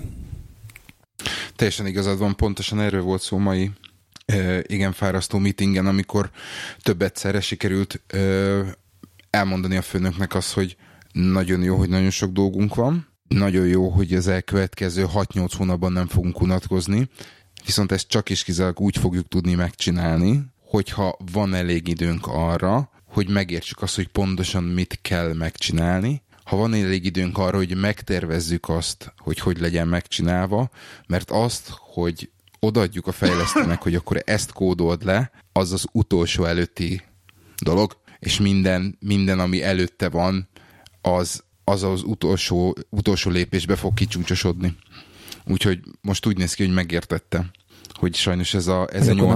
Teljesen igazad van, pontosan erről volt szó mai igen fárasztó meetingen, amikor több egyszerre sikerült elmondani a főnöknek azt, hogy nagyon jó, hogy nagyon sok dolgunk van, nagyon jó, hogy az elkövetkező 6-8 hónapban nem fogunk unatkozni, viszont ezt csak is kizárólag úgy fogjuk tudni megcsinálni, hogyha van elég időnk arra, hogy megértsük azt, hogy pontosan mit kell megcsinálni, ha van elég időnk arra, hogy megtervezzük azt, hogy legyen megcsinálva, mert azt, hogy odaadjuk a fejlesztőnek, hogy akkor ezt kódold le, az az utolsó előtti dolog, és minden ami előtte van, az utolsó lépésbe fog kicsúcsosodni. Úgyhogy most úgy néz ki, hogy megértette, hogy sajnos ez a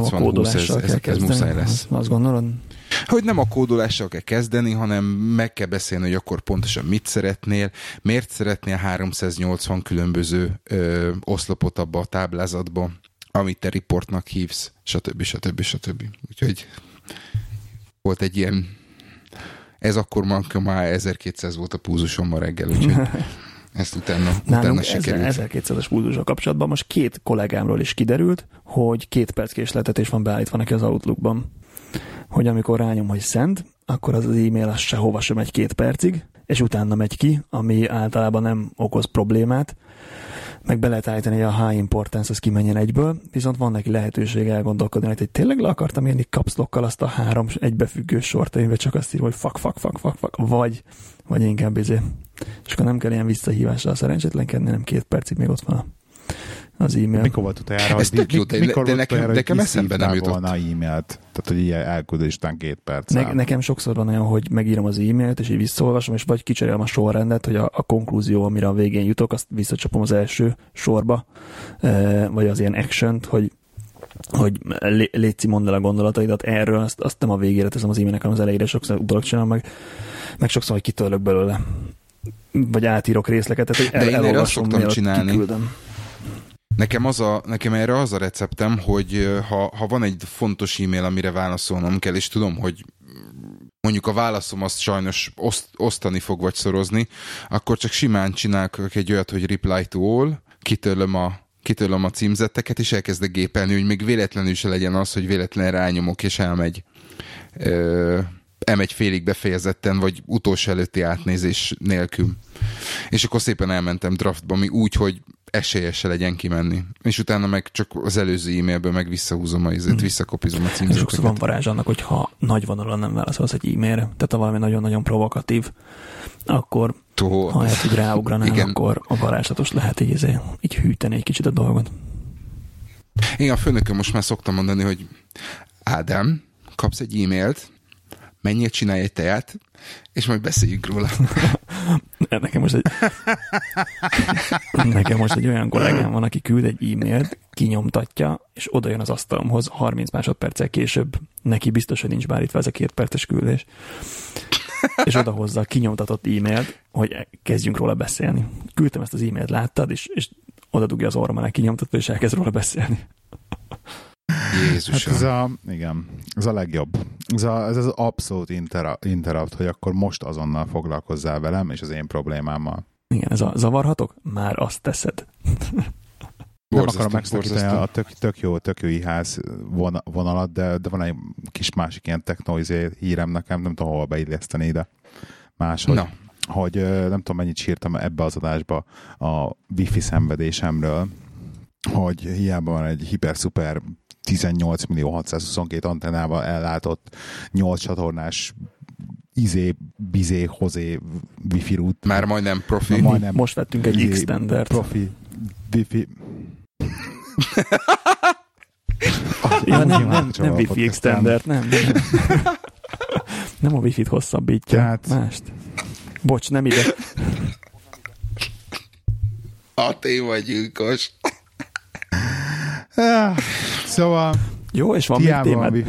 80-20 ez muszáj lesz. Azt gondolod? Hogy nem a kódolással kell kezdeni, hanem meg kell beszélni, hogy akkor pontosan mit szeretnél, miért szeretnél 380 különböző oszlopot abba a táblázatba, amit te reportnak hívsz, stb. Úgyhogy volt egy ilyen, ez akkor már 1200 volt a púzusom ma reggel, úgyhogy ezt utána sikerült. 1200-as púzussal kapcsolatban most 2 kollégámról is kiderült, hogy 2 perc késletetés van beállítva neki az Outlookban. Hogy amikor rányom, hogy send, akkor az e-mail az sehova sem megy 2 percig, és utána megy ki, ami általában nem okoz problémát, meg be lehet állítani, hogy a high importance az kimenjen egyből, viszont van neki lehetőség elgondolkodni, hogy tényleg le akartam írni caps lockkal azt a 3 egybefüggő sort, amiben csak azt írom, hogy fuck, vagy inkább és akkor nem kell ilyen visszahívással szerencsétlenkedni, nem 2 percig még ott van az e-mail. Mikor volt utoljára, ez tök jó, de nekem eszembe nem jutott volna e-mailt, tehát hogy ilyen elküldés után 2 perc. Nekem sokszor van olyan, hogy megírom az e-mailt, és így visszaolvasom, és vagy kicserélem a sorrendet, hogy a konklúzió, amire a végén jutok, azt visszacsapom az első sorba, vagy az ilyen action-t, hogy létszi, mondd el a gondolataidat erről, azt nem a végére teszem az e-mailnek, hanem az elejére sokszor utólag csinálom meg sokszor, hogy kitörlök belőle. Vagy átírok részleket, tehát hogy elolvasom, mielőtt kiküldöm. Nekem erre az a receptem, hogy ha van egy fontos e-mail, amire válaszolnom kell, és tudom, hogy mondjuk a válaszom azt sajnos osztani fog, vagy szorozni, akkor csak simán csinálok egy olyat, hogy reply to all, kitörlöm a címzetteket, és elkezdek gépelni, hogy még véletlenül se legyen az, hogy véletlenül rányomok, és elmegy félig befejezetten, vagy utolsó előtti átnézés nélkül. És akkor szépen elmentem draftba, ami úgy, hogy esélye se legyen kimenni. És utána meg csak az előző e-mailből meg visszahúzom visszakopizom a címzeteket. Sokszor van varázs annak, hogyha nagy vonalon nem válaszolsz egy e-mailre, tehát ha valami nagyon-nagyon provokatív, akkor ha ezt így ráugranál, akkor a varázslatos lehet így hűteni egy kicsit a dolgot. Igen, a főnököm most már szoktam mondani, hogy Ádám, kapsz egy e-mailt, menjél, csinálj egy teját, és majd beszéljünk róla. Nekem most egy olyan kollégám van, aki küld egy e-mailt, kinyomtatja, és oda jön az asztalomhoz 30 másodperccel később. Neki biztos, hogy nincs beállítva ez a 2 perces küldés. És odahozza a kinyomtatott e-mailt, hogy kezdjünk róla beszélni. Küldtem ezt az e-mailt, láttad, és oda dugja az orrom alá kinyomtatva, és elkezd róla beszélni. Jézusom. Hát ez a legjobb. Ez az abszolút interrupt, hogy akkor most azonnal foglalkozzál velem, és az én problémámmal. Igen, ez a zavarhatok? Már azt teszed. Nem akarom megszakítani a tök jó IHS vonalat, de van egy kis másik ilyen technoizé hírem nekem, nem tudom hova beilleszteni ide. Máshogy. No. Hogy nem tudom mennyit sírtam ebbe az adásba a wifi szenvedésemről, hogy hiába van egy hiper-szuper 18.622 antennával ellátott 8 csatornás bizé-hozé wifi root. Már majdnem profi. Most vettünk egy extendert. Profi wifi. Nem wifi extendert, nem. Nem a wifi-t hosszabbítja. Tehát... Mást. Bocs, nem ide. A téma gyilkos. Szóval... Jó, és van még témád?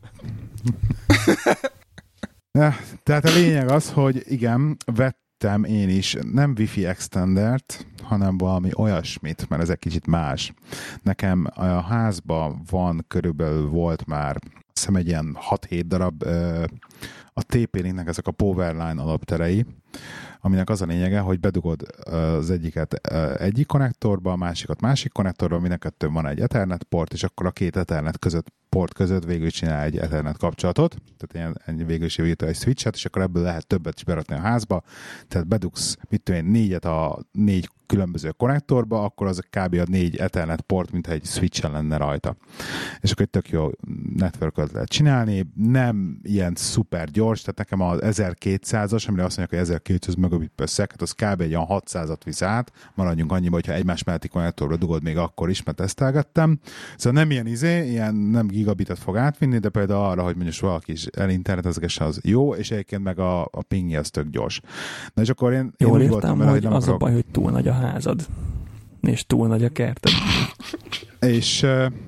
Tehát a lényeg az, hogy igen, vettem én is nem wifi extendert, hanem valami olyasmit, mert ez egy kicsit más. Nekem a házban van, körülbelül volt már, azt hiszem egy ilyen 6-7 darab a TP-Linknek ezek a Powerline alapterei, aminek az a lényege, hogy bedugod az egyiket egyik konnektorba, a másikat másik konnektorba, mindenkettőn van egy Ethernet port, és akkor a 2 Ethernet port között végül csinál egy Ethernet kapcsolatot, tehát ilyen végül is virtuális switchet, és akkor ebből lehet többet is berakni a házba, tehát bedugsz, 4 a 4 különböző konnektorba, akkor az kb. A 4 Ethernet port, mintha egy switchen lenne rajta. És akkor egy tök jó networköt lehet csinálni, nem ilyen szuper gyors, tehát nekem az 1200-as, amire azt mondják, hogy 1200 Mbit/s, az kb. Egy olyan 600-at visz át, maradjunk annyiba, hogyha egymás melletti konnektorra dugod még akkor is, mert tesztelgettem. Szóval nem ilyen nem gigabitet fog átvinni, de például arra, hogy mondjuk valaki is elinternetezgesse, az jó, és egyébként meg a pingje az tök gyors. Na és akkor én jól értem, hogy az akarok... a baj, hogy túl nagy a házad, és túl nagy a kerted. És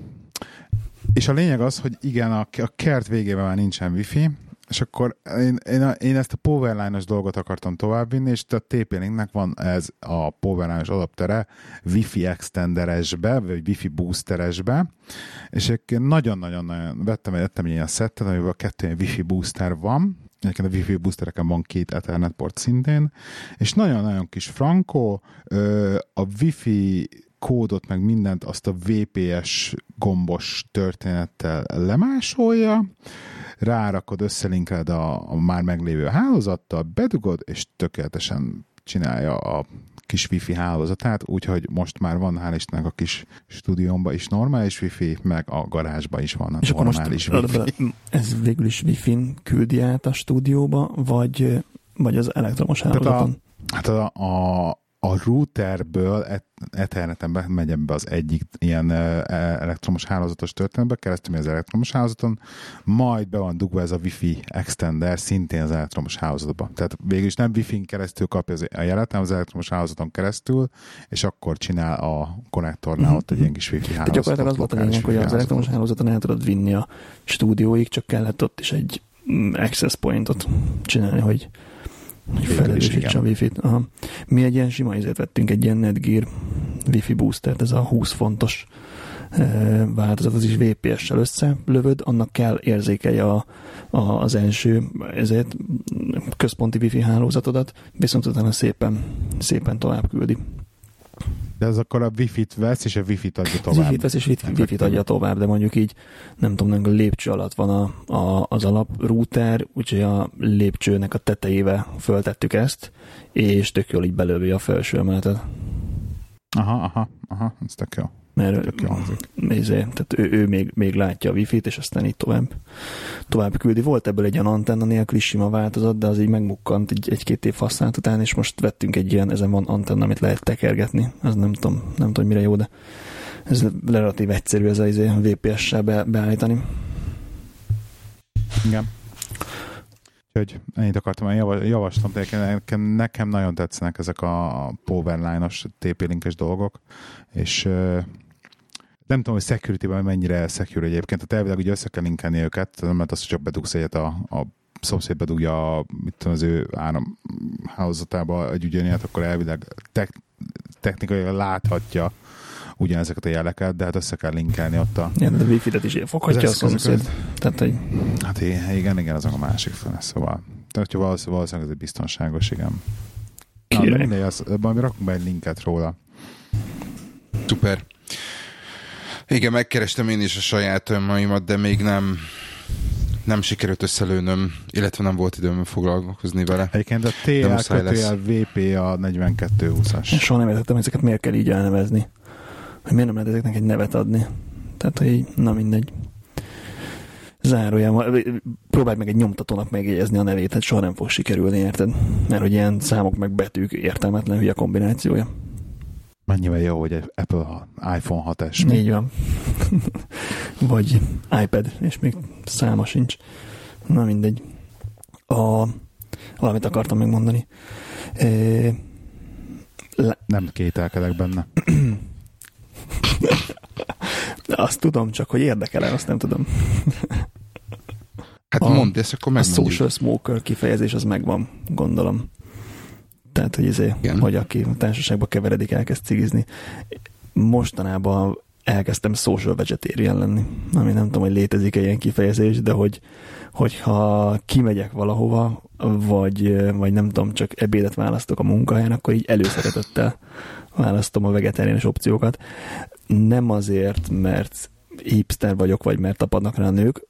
a lényeg az, hogy igen, a kert végében már nincsen wifi, és akkor én ezt a Powerline-os dolgot akartam továbbvinni, és a TP-Linknek van ez a Powerline-os adaptere Wi-Fi extenderesbe, vagy Wi-Fi boosteresbe, és nagyon-nagyon vettem egy ilyen szettet, amiben a 2 Wi-Fi booster van, egyébként a Wi-Fi boostereken van 2 Ethernet port szintén, és nagyon-nagyon kis frankó, a Wi-Fi kódot, meg mindent azt a VPS gombos történettel lemásolja, rárakod, összelinkeled a már meglévő hálózattal, bedugod, és tökéletesen csinálja a kis wifi hálózatát, úgyhogy most már van, hál' Istennek, a kis stúdiómban is normális wifi, meg a garázsban is van és normális wifi. Ez végül is wifi-n küldi át a stúdióba, vagy az elektromos hálózaton? A routerből Etherneten megy ebbe az egyik ilyen elektromos hálózatos történetbe, keresztül az elektromos hálózaton, majd be van dugva ez a Wi-Fi extender szintén az elektromos hálózatba. Tehát végül is nem Wi-Fi-n keresztül kapja a jelet, hanem az elektromos hálózaton keresztül, és akkor csinál a konnektornál ott egy ilyen kis Wi-Fi hálózatot. Gyakorlatilag az volt a lényeg, hogy az elektromos hálózaton el tudod vinni a stúdióig, csak kellett ott is egy access pointot csinálni, hogy felerősítse a Wi-Fi-t. Aha. Mi egy ilyen sima izét vettünk, egy ilyen Netgear Wi-Fi boostert, ez a 20 fontos változat, az is VPS-sel összelövöd, annak kell érzékelje az első ezért központi Wi-Fi hálózatodat, viszont utána szépen tovább küldi. De az akkor a Wi-Fi-t vesz, és a Wi-Fi-t adja tovább. Wi-Fi-t vesz, és Wi-Fi-t adja tovább, de mondjuk így, nem tudom, a lépcső alatt van az alaprouter, úgyhogy a lépcsőnek a tetejével föltettük ezt, és tök jól így belövi a felső emeletet. Aha, ez tök jó. Mert tehát ő még látja a Wi-Fi-t, és aztán így tovább küldi. Volt ebből egy olyan antenna nélkül is sima változat, de az így megmukkant egy-két év használat után, és most vettünk egy ilyen, ezen van antenna, amit lehet tekergetni. Ez nem tudom mire jó, de ez relatív egyszerű ez a VPS-sel beállítani. Igen. Úgyhogy ennyit akartam, javaslom, nekem nagyon tetszenek ezek a Powerline-os TP-linkes dolgok, és nem tudom, hogy security-ben mennyire secure egyébként. Tehát elvileg ugye össze kell linkelni őket, mert azt, hogy csak bedugsz egyet a szomszéd bedugja az ő áramhálózatába egy ügyenyet, akkor elvileg technikailag láthatja ugyanezeket a jeleket, de hát össze kell linkelni ott a... Igen, de a Wi-Fi-et is foghatja a szomszéd. Tehát, hogy... Hát igen, azok a másik fele, szóval. Tehát, hogyha valószínűleg ez egy biztonságos, igen. Majd rakunk be egy linket róla. Szuper. Igen, megkerestem én is a saját maimat, de még nem sikerült összelőnöm, illetve nem volt időm foglalkozni vele. Egyébként a TL-VP a 4220-as. Soha nem értettem, ezeket miért kell így elnevezni. Hogy miért nem lehet ezeknek egy nevet adni. Tehát, hogy na mindegy. Zárójában, próbálj meg egy nyomtatónak megjegyezni a nevét, hát soha nem fog sikerülni, érted? Mert hogy ilyen számok meg betűk értelmetlen hülye kombinációja. Mennyivel jó, hogy Apple iPhone 6S. Így van. Vagy iPad, és még száma sincs. Na mindegy. Valamit akartam megmondani. Nem kételkedek benne. Azt tudom, csak hogy érdekel-e, azt nem tudom. Hát mondd, ezt akkor megmondjuk. A social smoker kifejezés az megvan, gondolom. Tehát, hogy hogy aki társaságba keveredik, elkezd cigizni. Mostanában elkezdtem social vegetarian lenni. Ami nem tudom, hogy létezik-e ilyen kifejezés, de hogyha kimegyek valahova, vagy nem tudom, csak ebédet választok a munkahelyen, akkor így előszeretettel választom a vegetáriánus opciókat. Nem azért, mert hipster vagyok, vagy mert tapadnak rá a nők,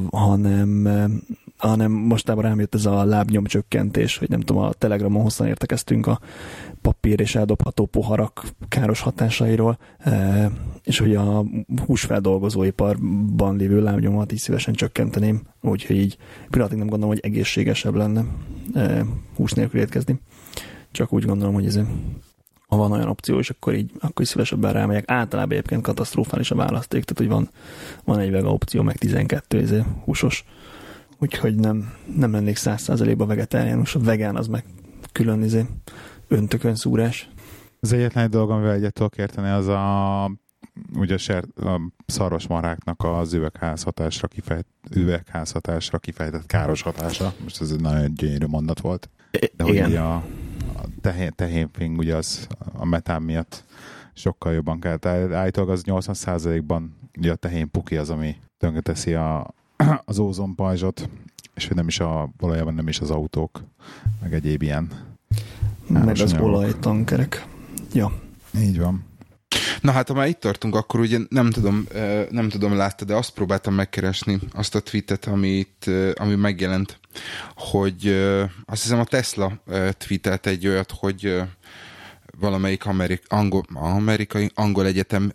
hanem mostában rám jött ez a lábnyomcsökkentés, hogy nem tudom, a Telegramon hosszan értekeztünk a papír és eldobható poharak káros hatásairól, és hogy a húsfeldolgozóiparban lévő lábnyomat is szívesen csökkenteném, úgyhogy így pillanatig nem gondolom, hogy egészségesebb lenne hús nélkül étkezni. Csak úgy gondolom, hogy ha van olyan opció, és akkor így szívesebben rámegyek. Általában egyébként katasztrofális a választék, tehát hogy van egy vega opció, meg 12 húsos. Úgyhogy nem lennék 100%-ban vegetáriánus. A vegán az meg külön öntökön szúrás. Az egyetlen dolog, amivel egyet tudok érteni, az a szarvasmarháknak az üvegházhatásra kifejtett káros hatása. Most ez egy nagyon gyönyörű mondat volt. De hogy a tehénfing ugye az a metán miatt sokkal jobban kell. Tehát állítólag az 80%-ban ugye a tehénpuki az, ami tönkreteszi az ózonpajzsot, és hogy valójában nem is az autók, meg egyéb ilyen. Meg az olajtankerek. Ja. Így van. Na hát, ha már itt tartunk, akkor ugye nem tudom, látta, de azt próbáltam megkeresni, azt a tweetet, ami megjelent, hogy azt hiszem a Tesla tweetelt egy olyat, hogy valamelyik angol egyetem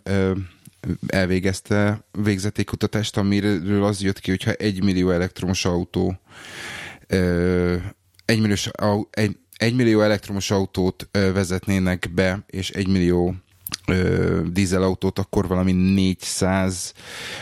végzett egy kutatást, amiről az jött ki, hogyha 1 millió elektromos autó 1 millió elektromos autót vezetnének be, és 1 millió dízelautót, akkor valami 400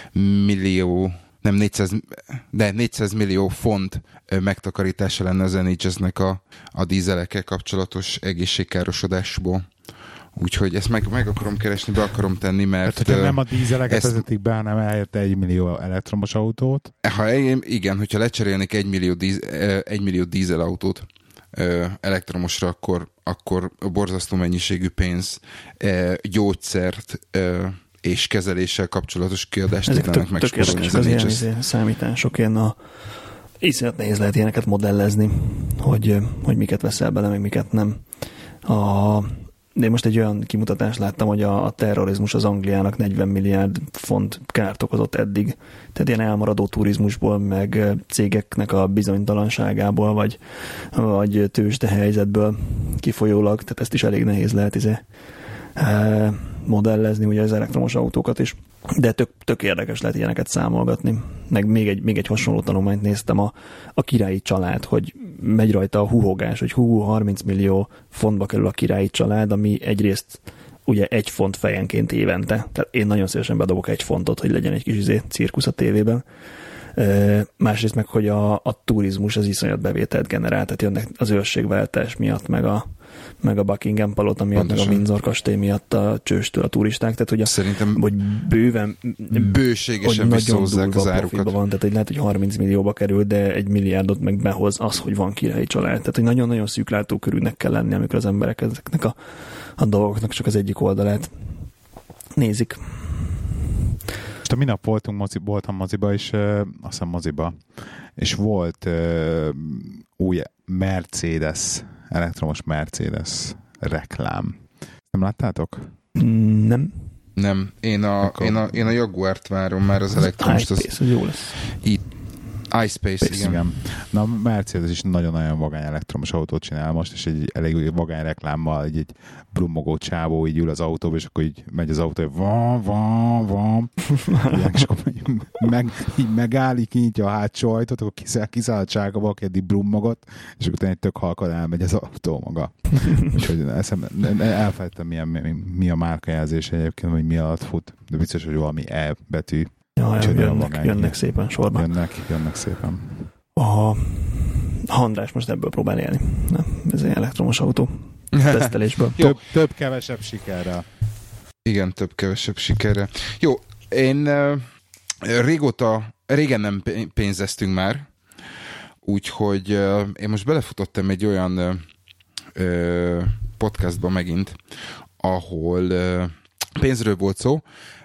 millió font megtakarítása lenne az NHS-nek a dízelekkel kapcsolatos egészségkárosodásból. Úgyhogy ezt meg akarom keresni, be akarom tenni, mert... Tehát, nem a dízeleket vezetik be, hanem elérte 1 millió elektromos autót. Igen, hogyha lecserélnék 1 millió dízelautót elektromosra, akkor borzasztó mennyiségű pénz, gyógyszert és kezeléssel kapcsolatos kiadást tudnának megspórolni az NHS. Számítások, iszonyat nehéz lehet ilyeneket modellezni, hogy miket veszel bele, meg miket nem. De én most egy olyan kimutatást láttam, hogy a terrorizmus az Angliának 40 milliárd font kárt okozott eddig. Tehát ilyen elmaradó turizmusból, meg cégeknek a bizonytalanságából, vagy tőzsdehelyzetből kifolyólag, tehát ezt is elég nehéz lehet modellezni, ugye az elektromos autókat is. De tök érdekes lehet ilyeneket számolgatni. Meg még egy hasonló tanulmányt néztem, a királyi család, hogy megy rajta a huhogás, hogy 30 millió fontba kerül a királyi család, ami egyrészt ugye 1 font fejenként évente. Tehát én nagyon szívesen bedobok 1 fontot, hogy legyen egy kis cirkusz a tévében. Másrészt meg, hogy a turizmus az iszonyat bevételt generál, tehát jönnek az őrségváltás miatt, meg a Buckingham palota miatt, pontosan. Meg a Windsor kastély miatt a csőstől a turisták, tehát hogy szerintem hogy bőségesen visszahozzák az árukat. Van, tehát hogy lehet, hogy 30 millióba kerül, de 1 milliárdot meg behoz az, hogy van királyi család. Tehát, hogy nagyon-nagyon szűk látókörűnek kell lenni, amikor az emberek ezeknek a dolgoknak csak az egyik oldalát nézik. Most a minap voltam moziba, és azt hiszem moziba, és volt új Mercedes, elektromos Mercedes reklám. Nem láttátok? Nem. Én a Jaguart várom már, az elektromos. iSpace, az jó lesz. iSpace, igen. Na, Mercedes is nagyon-nagyon vagány elektromos autót csinál most, és egy elég vagány reklámmal egy brummogó csávó így ül az autóba, és akkor így megy az autó, van, és akkor így megáll, így kinyitja a hátsó ajtót, akkor kiszáll a csága valaki, eddig brummogott, és akkor egy tök halkan elmegy az autó maga. Úgyhogy elfelejtettem mi a márkajelzés egyébként, hogy mi alatt fut, de biztos, hogy valami E betű. Jönnek szépen sorban. Jönnek szépen. A András most ebből próbál élni. Ez egy elektromos autó. Tesztelésből. Több-kevesebb sikerrel. Igen, több-kevesebb sikerrel. Jó, én régen nem pénzeztünk már, úgyhogy én most belefutottam egy olyan podcastba megint, ahol pénzről volt szó,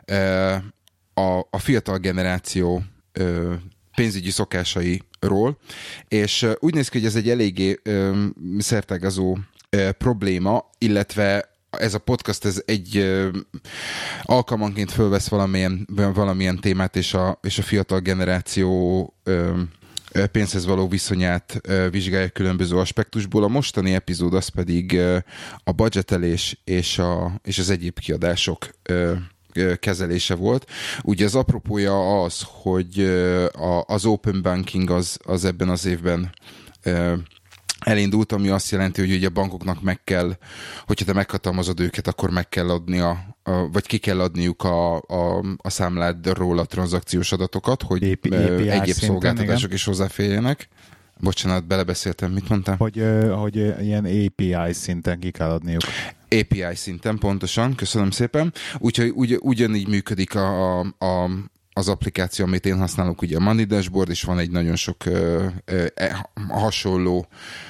a fiatal generáció pénzügyi szokásairól, és úgy néz ki, hogy ez egy eléggé szertágazó probléma, illetve ez a podcast ez egy alkalmanként fölvesz valamilyen témát, és a fiatal generáció pénzhez való viszonyát vizsgálja különböző aspektusból. A mostani epizód az pedig a budgetelés és az egyéb kiadások kezelése volt. Ugye az apropója az, hogy az open banking az ebben az évben elindult, ami azt jelenti, hogy ugye a bankoknak meg kell, hogyha te meghatalmazod őket, akkor meg kell adnia, vagy ki kell adniuk a számládról a tranzakciós adatokat, hogy egyéb szolgáltatások is hozzáférjenek. Bocsánat, belebeszéltem, mit mondtam? Hogy ilyen API szinten ki kell adniuk. API szinten, pontosan, köszönöm szépen. Úgyhogy ugyanígy működik az applikáció, amit én használok, ugye a Money Dashboard, és van egy nagyon sok hasonló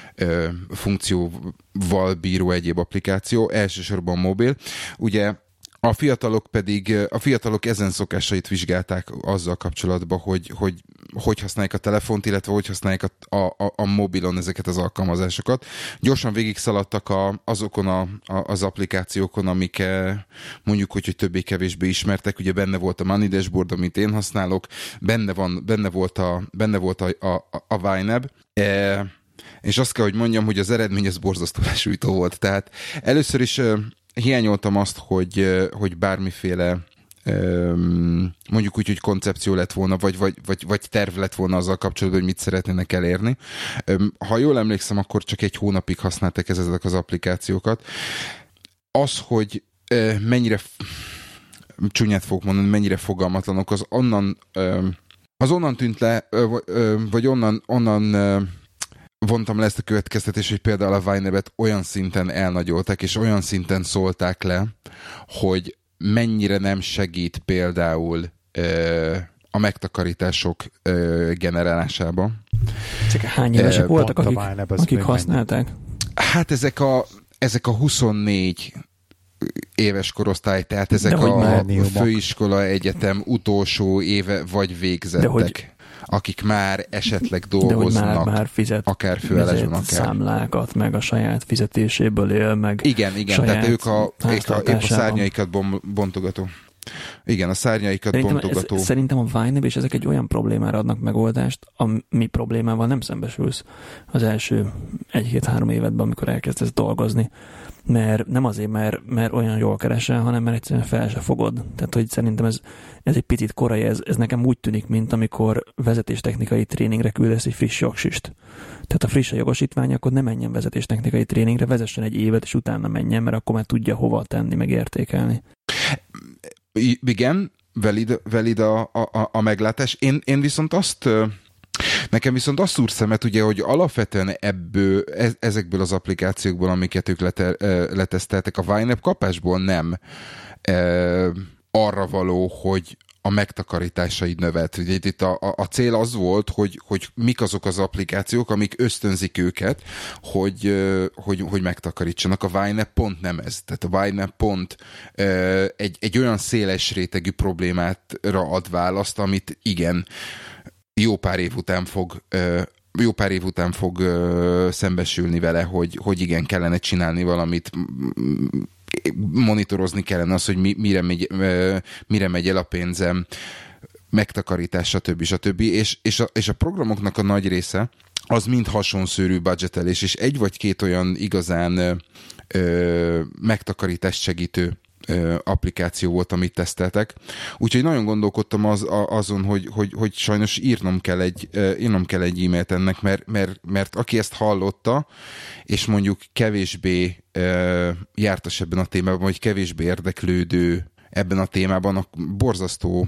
funkcióval bíró egyéb applikáció, elsősorban mobil. Ugye a fiatalok ezen szokásait vizsgálták azzal kapcsolatban, hogy használják a telefont, illetve hogy használják a mobilon ezeket az alkalmazásokat. Gyorsan végigszaladtak azokon az applikációkon, amik mondjuk, hogy többé-kevésbé ismertek. Ugye benne volt a Money Dashboard, amit én használok, benne volt a YNAB, és azt kell, hogy mondjam, hogy az eredmény az borzasztó lesújtó volt. Tehát először is hiányoltam azt, hogy bármiféle mondjuk úgy, hogy koncepció lett volna, vagy terv lett volna azzal kapcsolatban, hogy mit szeretnének elérni. Ha jól emlékszem, akkor csak 1 hónapig használtak ezek az applikációkat. Az, hogy mennyire csúnyát fogok mondani, mennyire fogalmatlanok, az onnan tűnt le, vagy onnan vontam le ezt a következtetést, hogy például a YNAB-et olyan szinten elnagyolták, és olyan szinten szólták le, hogy mennyire nem segít például a generálásában. Hány évesek voltak, akik használták? Hát ezek a 24 éves korosztály, tehát ezek a főiskola, egyetem utolsó éve vagy végzettek. akik már esetleg dolgoznak, már fizet, akár főállásban, akár számlákat, meg a saját fizetéséből él, meg igen, tehát ők épp a szárnyaikat bontogató. Igen, a szárnyaikat bontogató. Szerintem a Wine és ezek egy olyan problémára adnak megoldást, ami problémával nem szembesülsz az első 1-2-3 évedben, amikor elkezdesz dolgozni. Mert nem azért, mert olyan jól keresel, hanem mert egyszerűen fel se fogod. Tehát, hogy szerintem ez egy picit korai, ez nekem úgy tűnik, mint amikor vezetéstechnikai tréningre küldesz egy friss jogsist. Tehát a friss a jogosítvány, akkor ne menjen vezetéstechnikai tréningre, vezessen egy évet, és utána menjen, mert akkor már tudja hova tenni, meg értékelni. Igen, valid a meglátás. Én viszont nekem viszont azt szúr szemet, ugye, hogy alapvetően ezekből az applikációkból, amiket ők leteszteltek, a YNAB kapásból nem arra való, hogy a megtakarításaid növelt. Ugye itt a cél az volt, hogy mik azok az applikációk, amik ösztönzik őket, hogy megtakarítsanak. A YNAB pont nem ez. Tehát a YNAB pont egy olyan széles rétegű problémára ad választ, amit igen, jó pár év után fog szembesülni vele, hogy igen, kellene csinálni valamit, monitorozni kellene az, hogy mire megy el a pénzem, megtakarítás, stb. És a programoknak a nagy része az mind hasonszörű budgetelés, és 1 vagy 2 olyan igazán megtakarítást segítő applikáció volt, amit teszteltek. Úgyhogy nagyon gondolkodtam azon, hogy sajnos írnom kell egy e-mailt ennek, mert aki ezt hallotta, és mondjuk kevésbé jártas ebben a témában, vagy kevésbé érdeklődő ebben a témában, a borzasztó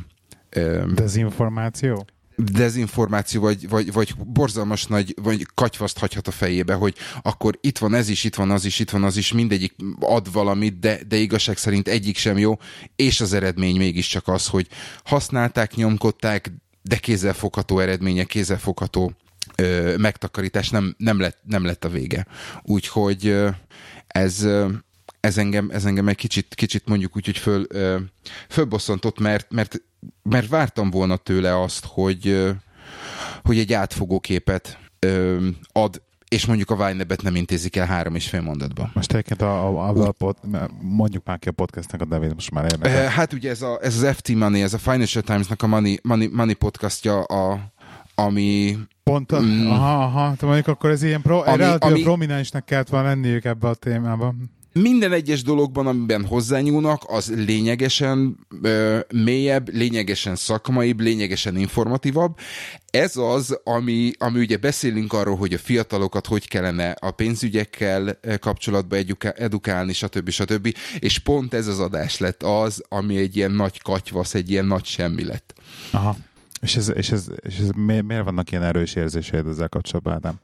dezinformáció, vagy borzalmas nagy, vagy katyvaszt hagyhat a fejébe, hogy akkor itt van ez is, itt van az is, mindegyik ad valamit, de igazság szerint egyik sem jó, és az eredmény mégiscsak az, hogy használták, nyomkodták, de kézzelfogható eredménye, kézzelfogható megtakarítás nem lett a vége. Úgyhogy ez engem egy kicsit mondjuk úgy, hogy fölbosszantott, mert vártam volna tőle azt, hogy egy átfogó képet ad, és mondjuk a YNAB-et nem intézik el 3,5 mondatban. Most egyébként mondjuk már ki a podcastnek a nevét, most már érdekel. Hát ugye ez az FT Money, ez a Financial Times-nak a Money podcastja, ami... Pont, aha, mondjuk akkor ez ilyen relatív prominensnek kellett volna lenniük ebbe a témában. Minden egyes dologban, amiben hozzányúlnak, az lényegesen mélyebb, lényegesen szakmaibb, lényegesen informatívabb. Ez az, ami ugye beszélünk arról, hogy a fiatalokat hogy kellene a pénzügyekkel kapcsolatban edukálni, stb. És pont ez az adás lett az, ami egy ilyen nagy katyvasz, egy ilyen nagy semmi lett. Aha. És ez miért vannak ilyen erős érzéseid ezzel kapcsolatban, Ádám?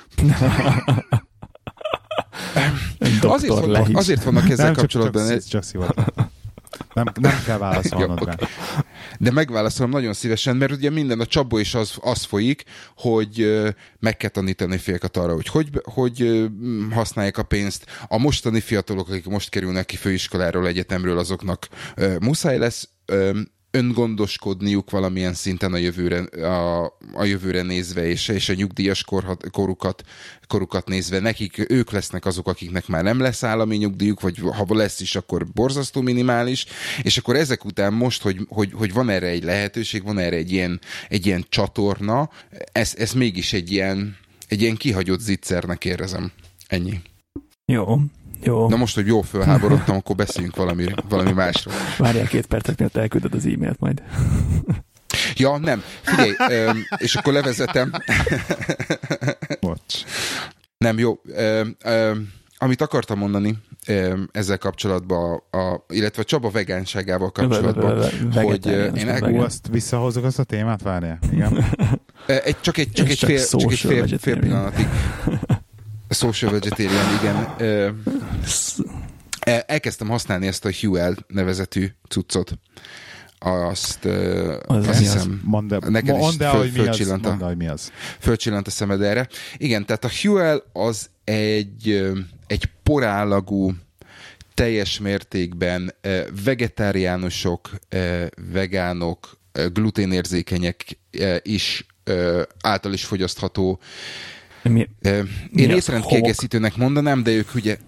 Azért vannak ezzel kapcsolatban. Csak szivatok. Nem kell válaszolnod rá. De megválaszolom nagyon szívesen, mert ugye minden a csapból is az folyik, hogy meg kell tanítani fiakat arra, hogy használják a pénzt. A mostani fiatalok, akik most kerülnek ki főiskoláról, egyetemről, azoknak muszáj lesz öngondoskodniuk valamilyen szinten a jövőre nézve, és a nyugdíjas korukat nézve. Ők lesznek azok, akiknek már nem lesz állami nyugdíjuk, vagy ha lesz is, akkor borzasztó minimális, és akkor ezek után most, hogy van erre egy lehetőség, van erre egy ilyen csatorna, ez mégis egy ilyen kihagyott zicsernek érzem. Ennyi. Jó. Na most, hogy jól fölháborodtam, akkor beszéljünk valami másról. Várjál 2 percet, mert elküldöd az e-mailt majd. Ja, nem. Figyelj, és akkor levezetem. Bocs. Nem, jó. Amit akartam mondani ezzel kapcsolatban, illetve Csaba vegánságával kapcsolatban, hogy én azt visszahozok azt a témát, várjál. Igen. Csak egy fél pillanatig. Social vegetarian, igen. Elkezdtem használni ezt a Huel nevezetű cuccot. Azt hiszem, neked is fölcsillant fölcsillant a szemed erre. Igen, tehát a Huel az egy porállagú, teljes mértékben vegetáriánusok, vegánok, gluténérzékenyek is által is fogyasztható. Mi Én étrendkiegészítőnek mondanám, de ők ugye...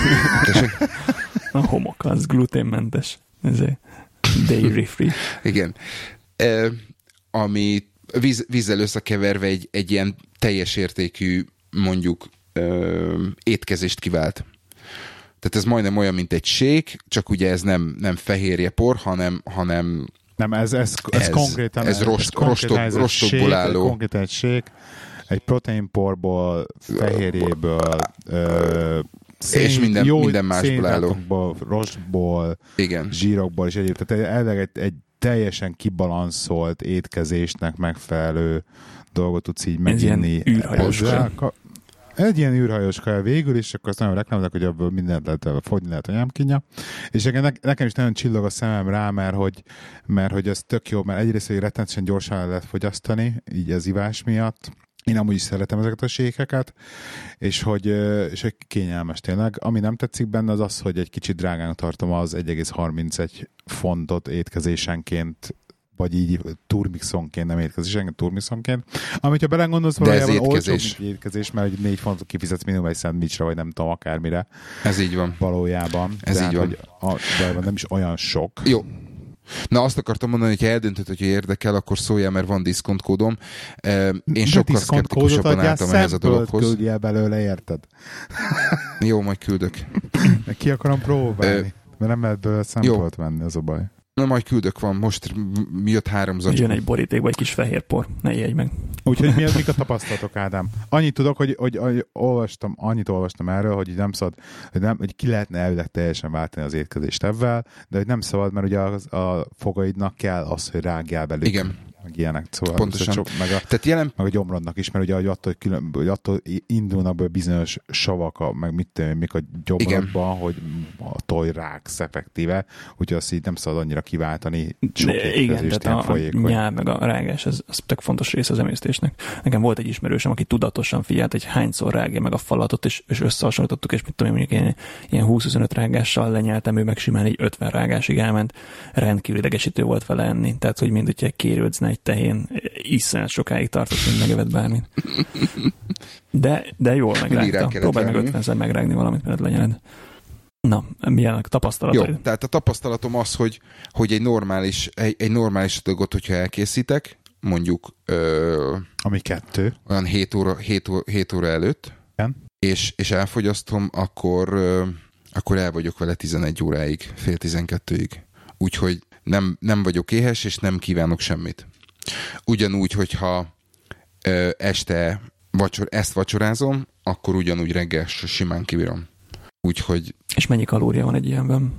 A homok az gluténmentes. Ez dairy free. Igen. Ami vízzel összekeverve egy ilyen teljes értékű, mondjuk étkezést kivált. Tehát ez majdnem olyan, mint egy shake, csak ugye ez nem fehérjepor, hanem nem, ez konkrétan ez rostokból álló. Konkrétan egy shake, egy proteinporból, fehérjéből, és minden másból álló. Rostból, igen. Zsírokból és egyéb. Tehát egy teljesen kibalanszolt étkezésnek megfelelő dolgot tudsz így meginni. Egy ilyen űrhajós kaja végül, és akkor azt nagyon reklámoznak, hogy abból mindent lehet fogyni, lehet anyámkínja. És nekem is nagyon csillog a szemem rá, mert hogy ez tök jó, mert egyrészt, hogy rettenetesen gyorsan lehet fogyasztani, így az ivás miatt. Én amúgy is szeretem ezeket a sékeket, és hogy kényelmes tényleg. Ami nem tetszik benne, az az, hogy egy kicsit drágán tartom az 1,31 fontot étkezésenként, vagy így turmixonként, nem étkezésenként, turmixonként. Amit, ha belegondolsz, valójában olcsóbb, mint étkezés, mert 4 fontot kifizetsz minimum egy szendvicsre, vagy nem tudom, akármire. Ez így van. Valójában. Ez így van. De nem is olyan sok. Jó. Na, azt akartam mondani, hogy ha eldöntöd, hogy érdekel, akkor szóljál, mert van diszkontkódom. Én sokkal szkeptikusabban álltam ehhez a dologhoz. Küldjél belőle, érted? Jó, majd küldök. Ki akarom próbálni, mert nem lehet belőle szempolt venni, az a baj. Na, majd küldök, van. Most jött 3 zacskó. Jön egy boríték, vagy kis fehér por. Ne ijedj meg. Úgyhogy mik a tapasztalatok, Ádám? Annyit tudok, hogy annyit olvastam erről, hogy nem szabad, hogy ki lehetne elvileg teljesen váltani az étkezést ebben, de hogy nem szabad, mert ugye a fogaidnak kell az, hogy rágjál belőle. Igen. Meg ilyenek. Szóval pontosan. Meg a gyomrodnak is, mert ugye attól indulnak be bizonyos savak, meg mik a gyomrodban, hogy a tojráksz effektíve, úgyhogy azt így nem szabad annyira kiváltani. Igen, tehát a nyál meg a rágás, ez tök fontos része az emésztésnek. Nekem volt egy ismerősöm, aki tudatosan figyelt, hogy hányszor rágja meg a falatot, és összehasonlítottuk, és mit tudom én, mondjuk ilyen 20-25 rágással lenyeltem, ő meg simán így 50 rágásig elment, rendkívül idegesítő volt vele enni. Tehát, hogy mind, hogyha kérődsz egy tehén, iszonyat sokáig tartott, mint megevett bármit. De jól megrágta. Próbálj meg 50-szer megrágni valamit, mert lenyeled. Na, milyenek tapasztalatai? Jó, tehát a tapasztalatom az, hogy egy normális dolgot, hogyha elkészítek, mondjuk ami 2. Olyan 7 óra előtt, és elfogyasztom, akkor el vagyok vele 11 óráig, fél 12-ig. Úgyhogy nem vagyok éhes, és nem kívánok semmit. Ugyanúgy, hogyha este ezt vacsorázom, akkor ugyanúgy reggel simán kibírom. Úgyhogy... És mennyi kalória van egy ilyenben?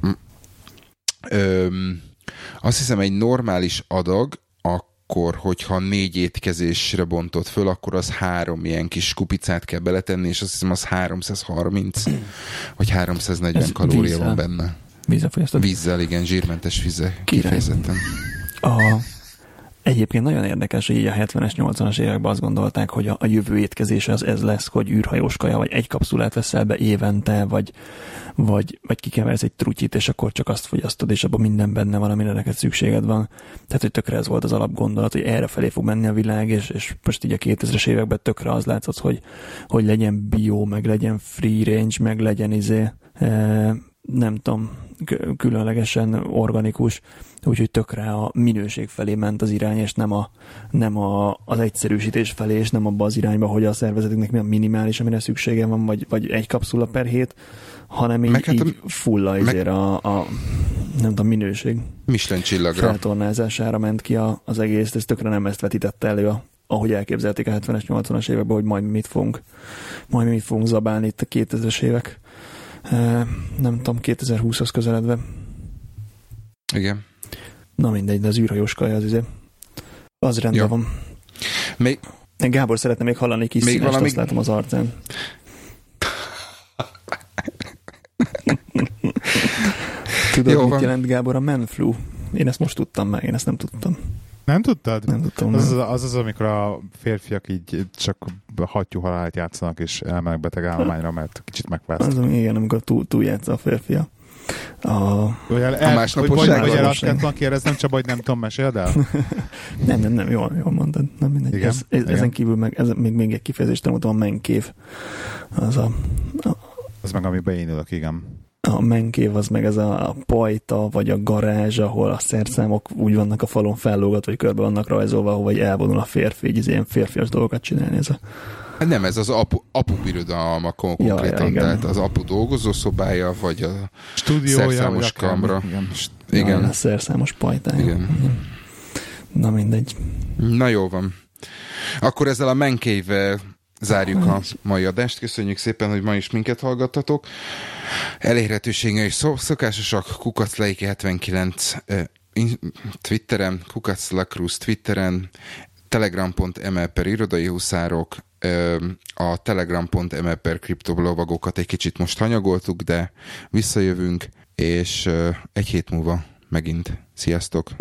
Azt hiszem, egy normális adag, akkor, hogyha 4 étkezésre bontott föl, akkor az 3 ilyen kis kupicát kell beletenni, és azt hiszem, az 330 vagy 340 kalória vízzel van benne. Vízzel fogyasztod? Vízzel, igen, zsírmentes vízzel. Kifejezetten. Egyébként nagyon érdekes, hogy így a 70-es, 80-as években azt gondolták, hogy a jövő étkezés az ez lesz, hogy űrhajós kaja, vagy egy kapszulát veszel be évente, vagy kikeversz egy trutyit, és akkor csak azt fogyasztod, és abban minden benne van, amire neked szükséged van. Tehát, hogy tökre ez volt az alapgondolat, hogy erre felé fog menni a világ, és most így a 2000-es években tökre az látszott, hogy legyen bio, meg legyen free range, meg legyen nem tudom, különlegesen organikus, úgyhogy tökre a minőség felé ment az irány, és nem az egyszerűsítés felé, és nem abba az irányba, hogy a szervezetünknek mi a minimális, amire szüksége van, vagy egy kapszula per hét, hanem így full a nem tudom, minőség. Michelin csillagra. Feltornázására ment ki az egész, ez tökre nem ezt vetítette elő, ahogy elképzelték a 70-es, 80-as években, hogy majd mi mit fogunk zabálni itt a 2000-es évek. Nem tudom, 2020-hoz közeledve. Igen. Na mindegy, de az űrhajós kaja az rendben van. Gábor szeretne még hallani kis színest, azt látom az arcán. Tudod, mit jelent, Gábor, a man flu? Én ezt most tudtam meg, én ezt nem tudtam. Nem tudtad? Nem tudtam. Az, amikor a férfiak így csak hattyú halált játszanak, és elmennek beteg állományra, mert kicsit megfáztak. Igen, amikor túljátsz a férfia. másnaposság. Vagy el azt kellett volna kérdeznem, Csaba, hogy nem tudom, meséld el? Nem, jól mondod. Nem mindegy. Igen, ezen kívül még egy kifejezést tanultam, a man cave. Az meg, amiben én ülök, igen. A man cave az meg ez a pajta, vagy a garázs, ahol a szerszámok úgy vannak a falon fellógatva, vagy körbe vannak rajzolva, ahova elvonul a férfi, így ilyen férfias dolgokat csinálni. Nem, ez az apu birodalma konkrétan, tehát az apu dolgozószobája, vagy a szerszámos kamra. Igen. A szerszámos pajtája. Igen. Na mindegy. Na jó van. Akkor ezzel a Man Cave-vel zárjuk a mai adást. Köszönjük szépen, hogy ma is minket hallgattatok. Elérhetősége is szokásosak, kukacleiki79 Twitteren, kukaclakruz Twitteren, telegram.me/irodai huszárok, a telegram.me/kriptolovagokat egy kicsit most hanyagoltuk, de visszajövünk, és egy hét múlva megint. Sziasztok!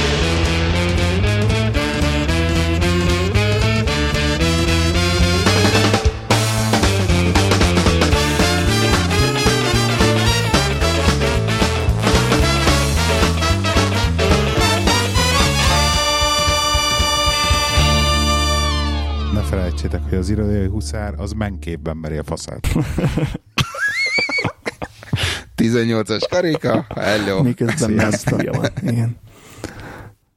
Felejtsétek, hogy az irodai huszár az menképben meri a faszát. 18-as karika, hello! Miközben van. Igen.